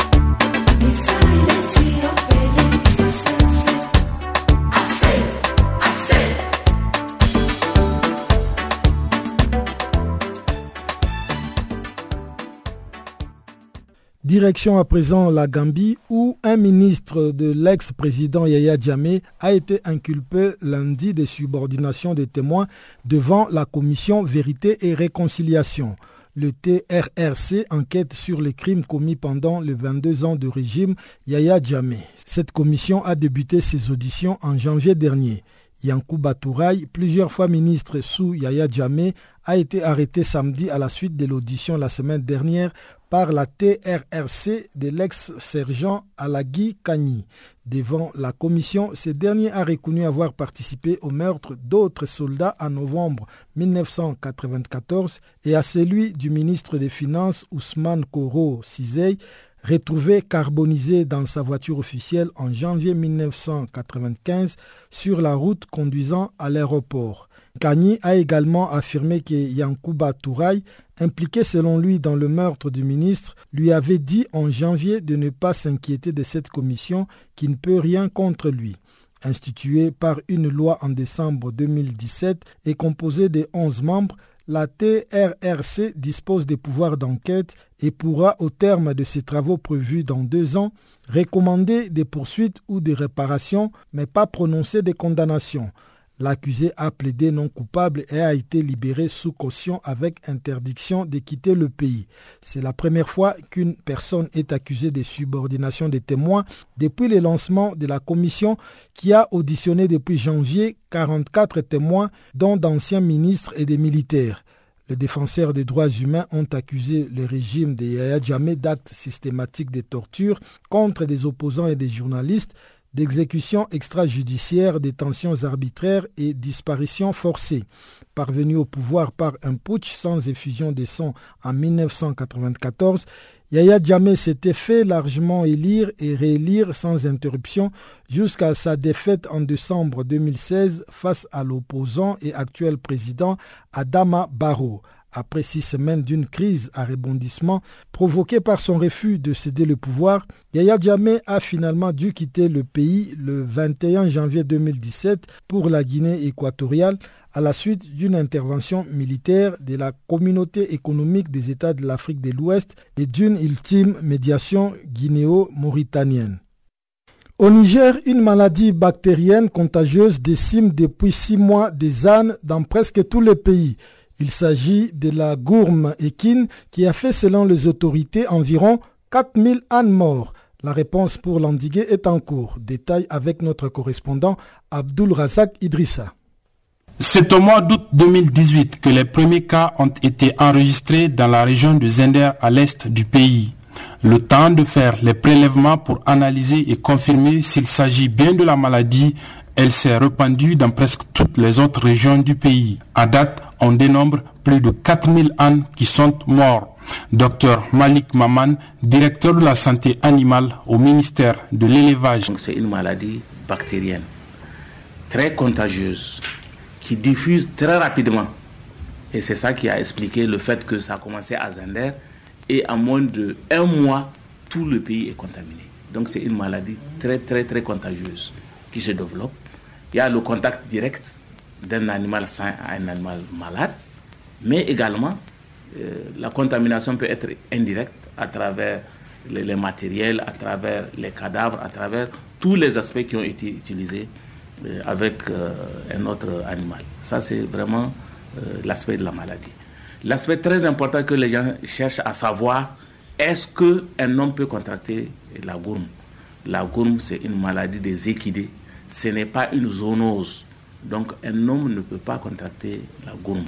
C: Direction à présent la Gambie où un ministre de l'ex-président Yaya Jammeh a été inculpé lundi de subordination des témoins devant la commission Vérité et Réconciliation. Le T R R C enquête sur les crimes commis pendant les vingt-deux ans de régime Yaya Jammeh. Cette commission a débuté ses auditions en janvier dernier. Yankouba Touraï, plusieurs fois ministre sous Yaya Jammeh, a été arrêté samedi à la suite de l'audition la semaine dernière par la T R R C de l'ex-sergent Alagui Kani. Devant la commission, ce dernier a reconnu avoir participé au meurtre d'autres soldats en novembre mille neuf cent quatre-vingt-quatorze et à celui du ministre des Finances Ousmane Koro Sizey, retrouvé carbonisé dans sa voiture officielle en janvier mille neuf cent quatre-vingt-quinze sur la route conduisant à l'aéroport. Kani a également affirmé que Yankouba Touraï, impliqué selon lui dans le meurtre du ministre, lui avait dit en janvier de ne pas s'inquiéter de cette commission qui ne peut rien contre lui. Instituée par une loi en décembre deux mille dix-sept et composée de onze membres, la T R R C dispose des pouvoirs d'enquête et pourra, au terme de ses travaux prévus dans deux ans, recommander des poursuites ou des réparations, mais pas prononcer des condamnations. L'accusé a plaidé non coupable et a été libéré sous caution avec interdiction de quitter le pays. C'est la première fois qu'une personne est accusée de subordination des témoins depuis le lancement de la commission qui a auditionné depuis janvier quarante-quatre témoins, dont d'anciens ministres et des militaires. Les défenseurs des droits humains ont accusé le régime de Yahya Jammeh d'actes systématiques de torture contre des opposants et des journalistes, d'exécutions extrajudiciaires, détentions arbitraires et disparitions forcées. Parvenu au pouvoir par un putsch sans effusion de sang en dix-neuf cent quatre-vingt-quatorze, Yahya Jammeh s'était fait largement élire et réélire sans interruption jusqu'à sa défaite en décembre deux mille seize face à l'opposant et actuel président Adama Barrow. Après six semaines d'une crise à rebondissement provoquée par son refus de céder le pouvoir, Yahya Jammeh a finalement dû quitter le pays le vingt et un janvier deux mille dix-sept pour la Guinée équatoriale à la suite d'une intervention militaire de la Communauté économique des États de l'Afrique de l'Ouest et d'une ultime médiation guinéo-mauritanienne. Au Niger, une maladie bactérienne contagieuse décime depuis six mois des ânes dans presque tous les pays. Il s'agit de la gourme équine qui a fait, selon les autorités, environ quatre mille ânes morts. La réponse pour l'endiguer est en cours. Détail avec notre correspondant Abdul Razak Idrissa.
M: C'est au mois d'août deux mille dix-huit que les premiers cas ont été enregistrés dans la région de Zender à l'est du pays. Le temps de faire les prélèvements pour analyser et confirmer s'il s'agit bien de la maladie, elle s'est répandue dans presque toutes les autres régions du pays. À date, on dénombre plus de quatre mille ânes qui sont morts. Docteur Malik Maman, directeur de la santé animale au ministère de l'élevage.
N: Donc c'est une maladie bactérienne, très contagieuse, qui diffuse très rapidement. Et c'est ça qui a expliqué le fait que ça a commencé à Zender et en moins d'un mois, tout le pays est contaminé. Donc c'est une maladie très très très contagieuse qui se développe. Il y a le contact direct d'un animal sain à un animal malade, mais également euh, la contamination peut être indirecte à travers les, les matériels, à travers les cadavres, à travers tous les aspects qui ont été utilisés euh, avec euh, un autre animal. Ça, c'est vraiment euh, l'aspect de la maladie. L'aspect très important que les gens cherchent à savoir, est-ce qu'un homme peut contracter la gourme? La gourme, c'est une maladie des équidés. Ce n'est pas une zoonose. Donc, un homme ne peut pas contracter la gourme.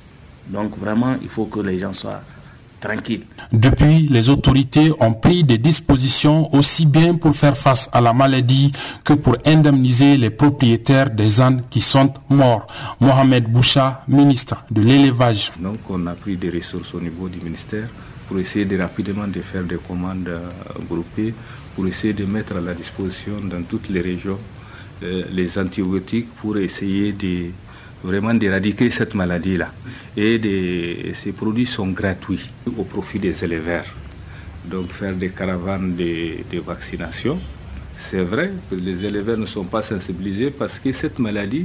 N: Donc, vraiment, il faut que les gens soient tranquilles.
M: Depuis, les autorités ont pris des dispositions aussi bien pour faire face à la maladie que pour indemniser les propriétaires des ânes qui sont morts. Mohamed Boucha, ministre de l'élevage.
O: Donc, on a pris des ressources au niveau du ministère pour essayer de rapidement de faire des commandes euh, groupées, pour essayer de mettre à la disposition dans toutes les régions euh, les antibiotiques pour essayer de vraiment d'éradiquer cette maladie-là. Et des, ces produits sont gratuits au profit des éleveurs. Donc faire des caravanes de, de vaccination, c'est vrai que les éleveurs ne sont pas sensibilisés parce que cette maladie,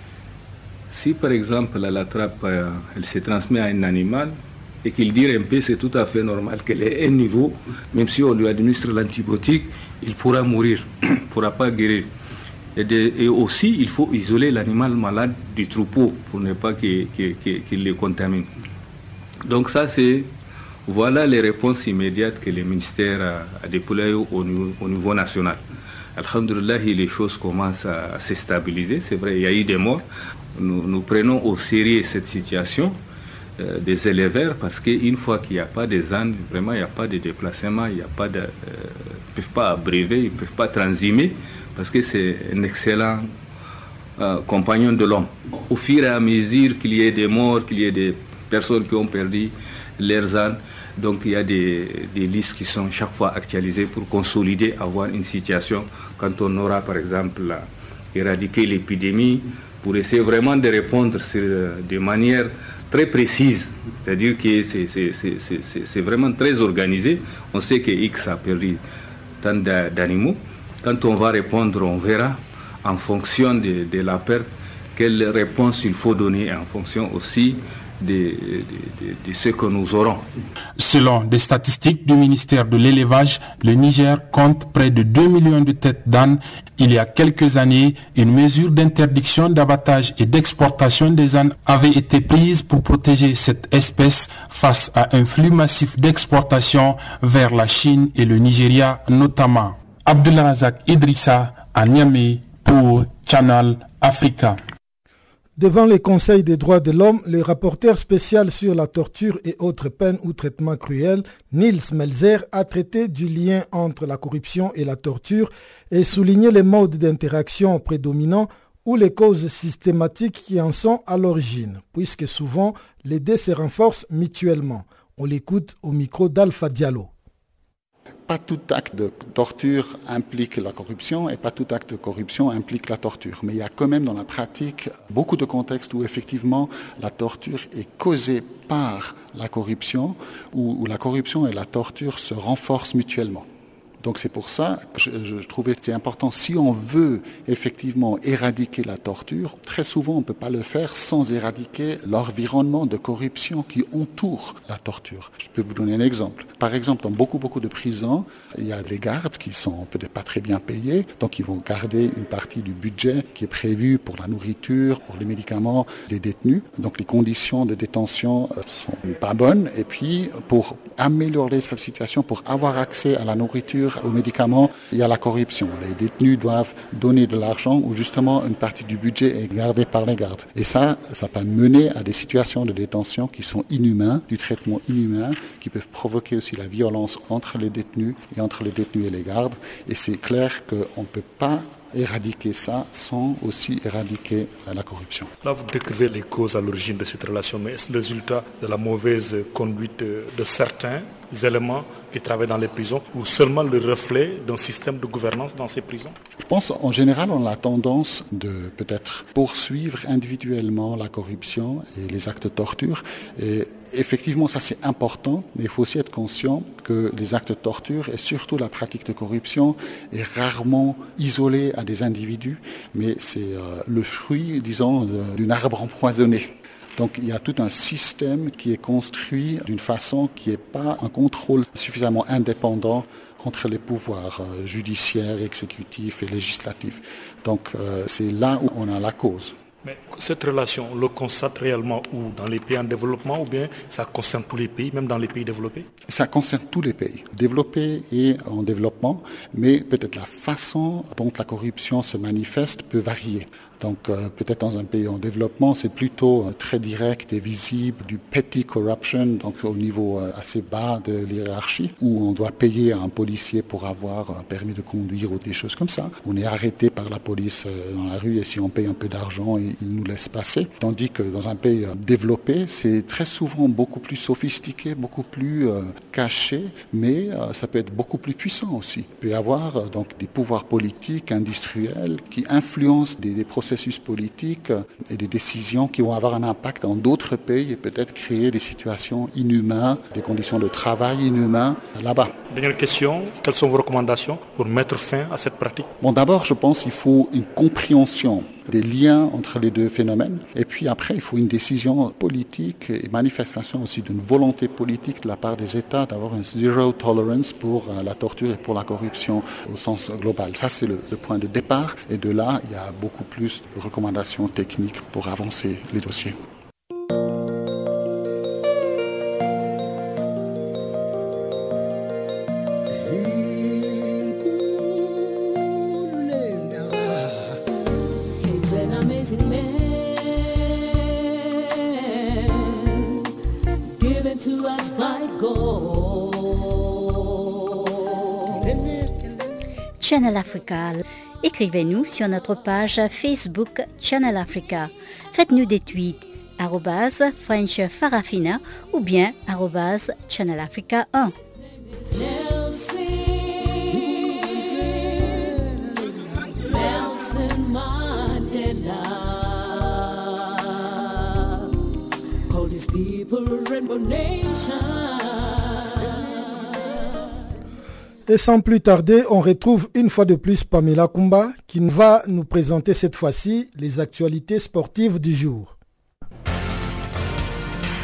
O: si par exemple elle attrape, elle se transmet à un animal et qu'il dire un peu, c'est tout à fait normal qu'elle ait un niveau, même si on lui administre l'antibiotique, il pourra mourir, il ne pourra pas guérir. Et, de, et aussi, il faut isoler l'animal malade du troupeau pour ne pas qu'il, qu'il, qu'il le contamine. Donc ça, c'est, voilà les réponses immédiates que le ministère a, a déployées au niveau, au niveau national. Alhamdulillah, les choses commencent à, à se stabiliser. C'est vrai, il y a eu des morts. Nous, nous prenons au sérieux cette situation euh, des éleveurs parce qu'une fois qu'il n'y a pas des ânes, vraiment, il n'y a pas de déplacement, il n'y a pas de, euh, ils ne peuvent pas abréver, ils ne peuvent pas transimer. Parce que c'est un excellent euh, compagnon de l'homme. Au fur et à mesure qu'il y ait des morts, qu'il y ait des personnes qui ont perdu leurs ânes, donc il y a des, des listes qui sont chaque fois actualisées pour consolider, avoir une situation quand on aura par exemple éradiqué l'épidémie, pour essayer vraiment de répondre sur, de manière très précise. C'est-à-dire que c'est, c'est, c'est, c'est, c'est vraiment très organisé. On sait que X a perdu tant d'animaux. Quand on va répondre, on verra en fonction de, de la perte quelle réponse il faut donner, en fonction aussi de, de, de, de ce que nous aurons.
M: Selon des statistiques du ministère de l'élevage, le Niger compte près de deux millions de têtes d'ânes. Il y a quelques années, une mesure d'interdiction d'abattage et d'exportation des ânes avait été prise pour protéger cette espèce face à un flux massif d'exportation vers la Chine et le Nigeria notamment. Abdelrazak Idrissa à Niamey pour Channel Africa.
C: Devant les conseils des droits de l'homme, le rapporteur spécial sur la torture et autres peines ou traitements cruels, Nils Melzer, a traité du lien entre la corruption et la torture et souligné les modes d'interaction prédominants ou les causes systématiques qui en sont à l'origine, puisque souvent les deux se renforcent mutuellement. On l'écoute au micro d'Alpha Diallo.
P: Pas tout acte de torture implique la corruption et pas tout acte de corruption implique la torture. Mais il y a quand même dans la pratique beaucoup de contextes où effectivement la torture est causée par la corruption, où, où la corruption et la torture se renforcent mutuellement. Donc c'est pour ça que je, je trouvais que c'est important, si on veut effectivement éradiquer la torture, très souvent on ne peut pas le faire sans éradiquer l'environnement de corruption qui entoure la torture. Je peux vous donner un exemple. Par exemple, dans beaucoup beaucoup de prisons, il y a des gardes qui sont peut-être pas très bien payés, donc ils vont garder une partie du budget qui est prévu pour la nourriture, pour les médicaments des détenus. Donc les conditions de détention sont pas bonnes, et puis pour améliorer cette situation, pour avoir accès à la nourriture, aux médicaments, il y a la corruption. Les détenus doivent donner de l'argent où justement une partie du budget est gardée par les gardes. Et ça, ça peut mener à des situations de détention qui sont inhumaines, du traitement inhumain, qui peuvent provoquer aussi la violence entre les détenus et entre les détenus et les gardes. Et c'est clair qu'on ne peut pas éradiquer ça sans aussi éradiquer la corruption.
Q: Là, vous décrivez les causes à l'origine de cette relation, mais est-ce le résultat de la mauvaise conduite de certains éléments qui travaillent dans les prisons ou seulement le reflet d'un système de gouvernance dans ces prisons?
P: Je pense en général on a tendance de peut-être poursuivre individuellement la corruption et les actes de torture. Et effectivement ça c'est important, mais il faut aussi être conscient que les actes de torture et surtout la pratique de corruption est rarement isolée à des individus, mais c'est euh, le fruit, disons, d'un arbre empoisonné. Donc il y a tout un système qui est construit d'une façon qui n'est pas un contrôle suffisamment indépendant entre les pouvoirs euh, judiciaires, exécutifs et législatifs. Donc euh, c'est là où on a la cause.
Q: Mais cette relation, on le constate réellement où? Dans les pays en développement ou bien ça concerne tous les pays, même dans les pays développés?
P: Ça concerne tous les pays, développés et en développement, mais peut-être la façon dont la corruption se manifeste peut varier. Donc euh, peut-être dans un pays en développement, c'est plutôt euh, très direct et visible, du petty corruption, donc au niveau euh, assez bas de l'hiérarchie, où on doit payer à un policier pour avoir un permis de conduire ou des choses comme ça. On est arrêté par la police euh, dans la rue et si on paye un peu d'argent, il nous laisse passer. Tandis que dans un pays euh, développé, c'est très souvent beaucoup plus sophistiqué, beaucoup plus euh, caché, mais euh, ça peut être beaucoup plus puissant aussi. Il peut y avoir euh, donc des pouvoirs politiques, industriels, qui influencent des, des processus politiques et des décisions qui vont avoir un impact dans d'autres pays et peut-être créer des situations inhumaines, des conditions de travail inhumaines là-bas.
Q: Dernière question, quelles sont vos recommandations pour mettre fin à cette pratique?
P: Bon, d'abord, je pense qu'il faut une compréhension des liens entre les deux phénomènes. Et puis après, il faut une décision politique et manifestation aussi d'une volonté politique de la part des États d'avoir un zero tolerance pour la torture et pour la corruption au sens global. Ça, c'est le, le point de départ. Et de là, il y a beaucoup plus de recommandations techniques pour avancer les dossiers.
E: Channel Africa. Écrivez-nous sur notre page Facebook Channel Africa. Faites-nous des tweets arobase French Farafina ou bien arobase Channel Africa un.
C: Et sans plus tarder, on retrouve une fois de plus Pamela Kumba qui va nous présenter cette fois-ci les actualités sportives du jour.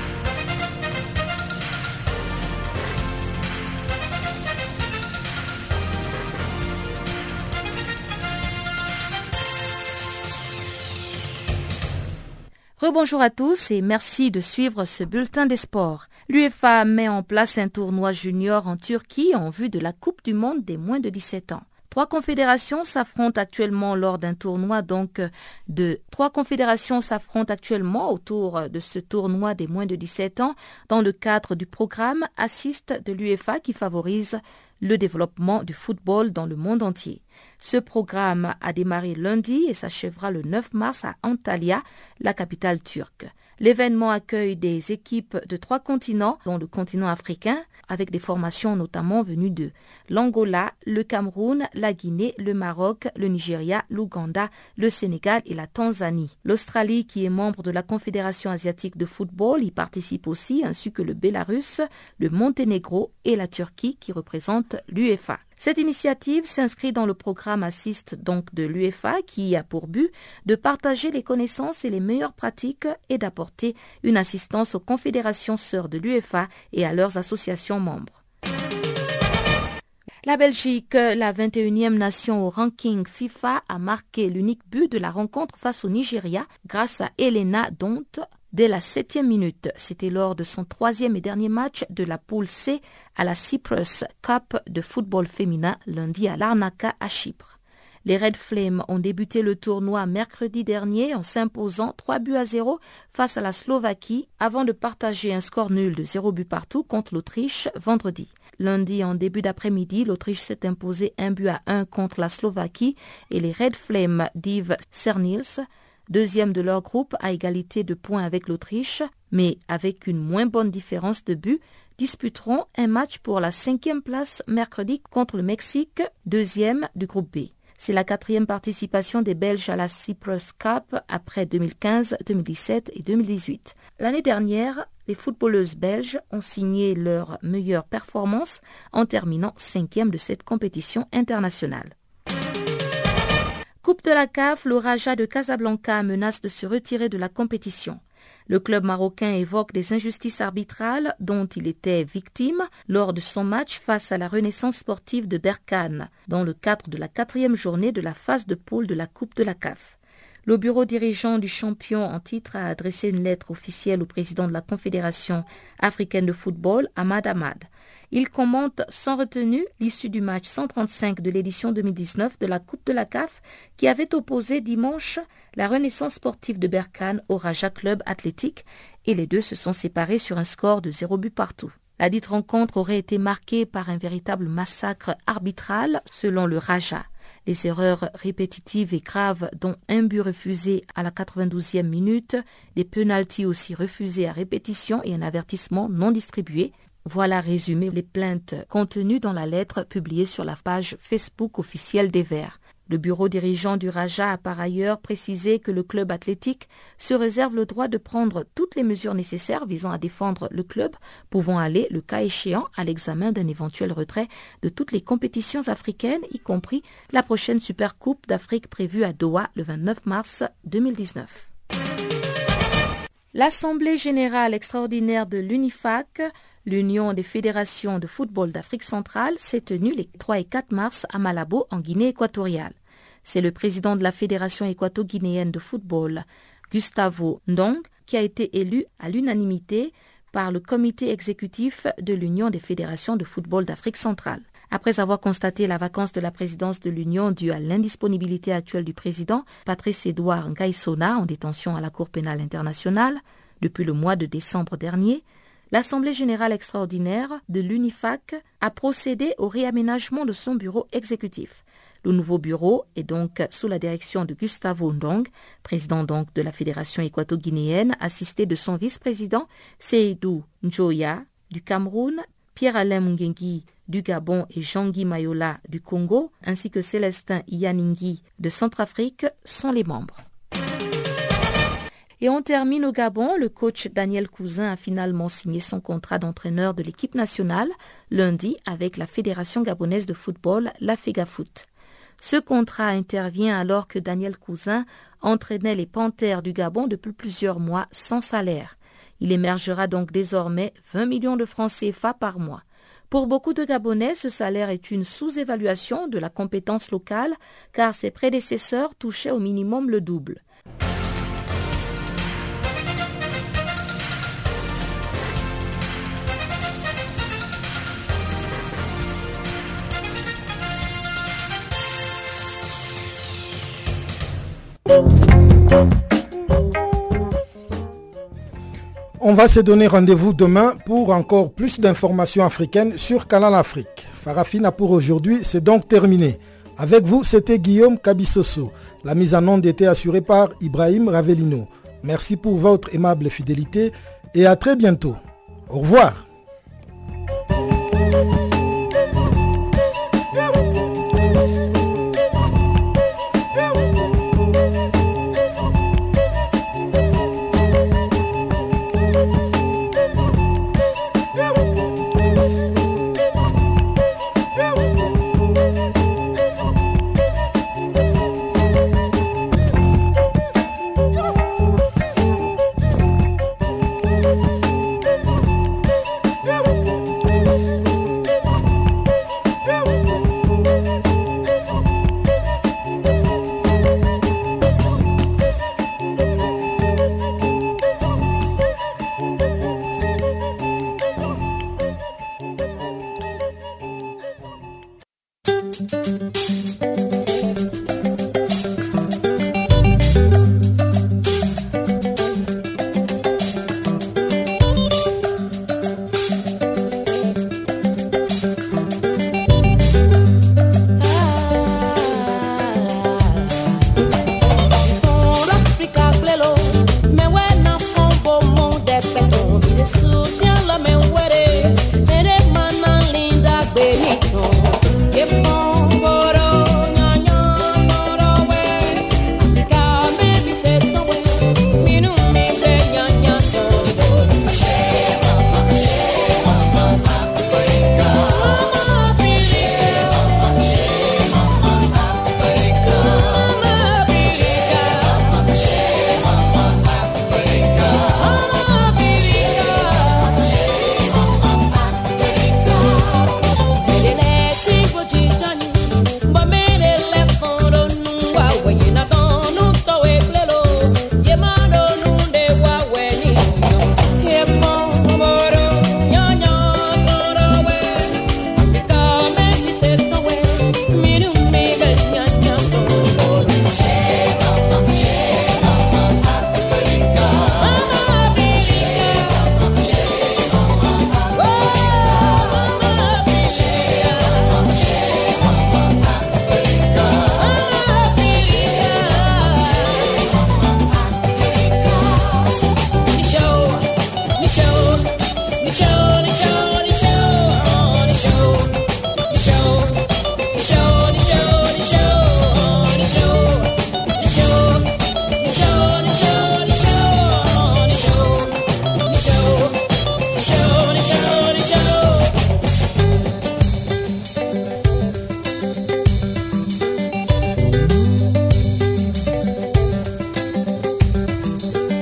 D: Rebonjour à tous et merci de suivre ce bulletin des sports. L'UEFA met en place un tournoi junior en Turquie en vue de la Coupe du monde des moins de dix-sept ans. Trois confédérations s'affrontent actuellement lors d'un tournoi donc de trois confédérations s'affrontent actuellement autour de ce tournoi des moins de dix-sept ans dans le cadre du programme Assist de l'UEFA qui favorise le développement du football dans le monde entier. Ce programme a démarré lundi et s'achèvera le neuf mars à Antalya, la capitale turque. L'événement accueille des équipes de trois continents, dont le continent africain, avec des formations notamment venues de l'Angola, le Cameroun, la Guinée, le Maroc, le Nigeria, l'Ouganda, le Sénégal et la Tanzanie. L'Australie, qui est membre de la Confédération asiatique de football, y participe aussi, ainsi que le Bélarus, le Monténégro et la Turquie, qui représentent l'UEFA. Cette initiative s'inscrit dans le programme Assist donc de l'UEFA qui a pour but de partager les connaissances et les meilleures pratiques et d'apporter une assistance aux confédérations sœurs de l'UEFA et à leurs associations membres. La Belgique, la vingt et unième nation au ranking FIFA, a marqué l'unique but de la rencontre face au Nigeria grâce à Elena Dont dès la septième minute. C'était lors de son troisième et dernier match de la poule C à la Cyprus Cup de football féminin lundi à Larnaca à Chypre. Les Red Flames ont débuté le tournoi mercredi dernier en s'imposant trois buts à zéro face à la Slovaquie avant de partager un score nul de zéro but partout contre l'Autriche vendredi. Lundi, en début d'après-midi, l'Autriche s'est imposée un but à un contre la Slovaquie et les Red Flames d'Yves Cernils, deuxième de leur groupe à égalité de points avec l'Autriche, mais avec une moins bonne différence de but, disputeront un match pour la cinquième place mercredi contre le Mexique, deuxième du groupe B. C'est la quatrième participation des Belges à la Cyprus Cup après deux mille quinze, deux mille dix-sept et deux mille dix-huit. L'année dernière, les footballeuses belges ont signé leur meilleure performance en terminant cinquième de cette compétition internationale. Coupe de la C A F, le Raja de Casablanca menace de se retirer de la compétition. Le club marocain évoque des injustices arbitrales dont il était victime lors de son match face à la Renaissance sportive de Berkane, dans le cadre de la quatrième journée de la phase de poule de la Coupe de la C A F. Le bureau dirigeant du champion en titre a adressé une lettre officielle au président de la Confédération africaine de football, Ahmad Ahmad. Il commente sans retenue l'issue du match cent trente-cinq de l'édition deux mille dix-neuf de la Coupe de la C A F qui avait opposé dimanche la Renaissance sportive de Berkane au Raja Club Athlétique et les deux se sont séparés sur un score de zéro but partout. La dite rencontre aurait été marquée par un véritable massacre arbitral selon le Raja. Les erreurs répétitives et graves dont un but refusé à la quatre-vingt-douzième minute, des pénaltys aussi refusés à répétition et un avertissement non distribué. Voilà résumé les plaintes contenues dans la lettre publiée sur la page Facebook officielle des Verts. Le bureau dirigeant du Raja a par ailleurs précisé que le club athlétique se réserve le droit de prendre toutes les mesures nécessaires visant à défendre le club, pouvant aller, le cas échéant, à l'examen d'un éventuel retrait de toutes les compétitions africaines, y compris la prochaine Supercoupe d'Afrique prévue à Doha le vingt-neuf mars deux mille dix-neuf. L'Assemblée générale extraordinaire de l'UNIFAC, l'Union des fédérations de football d'Afrique centrale, s'est tenue les trois et quatre mars à Malabo, en Guinée équatoriale. C'est le président de la Fédération équato-guinéenne de football, Gustavo Ndong, qui a été élu à l'unanimité par le comité exécutif de l'Union des fédérations de football d'Afrique centrale. Après avoir constaté la vacance de la présidence de l'Union due à l'indisponibilité actuelle du président, Patrice Edouard Ngaïsona, en détention à la Cour pénale internationale depuis le mois de décembre dernier, l'Assemblée générale extraordinaire de l'UNIFAC a procédé au réaménagement de son bureau exécutif. Le nouveau bureau est donc sous la direction de Gustavo Ndong, président donc de la Fédération équato-guinéenne, assisté de son vice-président Seydou Njoya du Cameroun, Pierre-Alain Mungengui du Gabon et Jean-Guy Mayola du Congo, ainsi que Célestin Ianingui de Centrafrique, sont les membres. Et on termine au Gabon. Le coach Daniel Cousin a finalement signé son contrat d'entraîneur de l'équipe nationale lundi avec la Fédération gabonaise de football, la FEGAFOOT. Ce contrat intervient alors que Daniel Cousin entraînait les Panthères du Gabon depuis plusieurs mois sans salaire. Il émergera donc désormais vingt millions de francs C F A par mois. Pour beaucoup de Gabonais, ce salaire est une sous-évaluation de la compétence locale car ses prédécesseurs touchaient au minimum le double.
C: On va se donner rendez-vous demain pour encore plus d'informations africaines sur Canal Afrique. Farafina pour aujourd'hui, c'est donc terminé. Avec vous, c'était Guillaume Kabissoso. La mise en onde était assurée par Ibrahim Ravelino. Merci pour votre aimable fidélité et à très bientôt. Au revoir.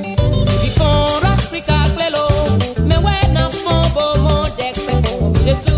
R: Yes,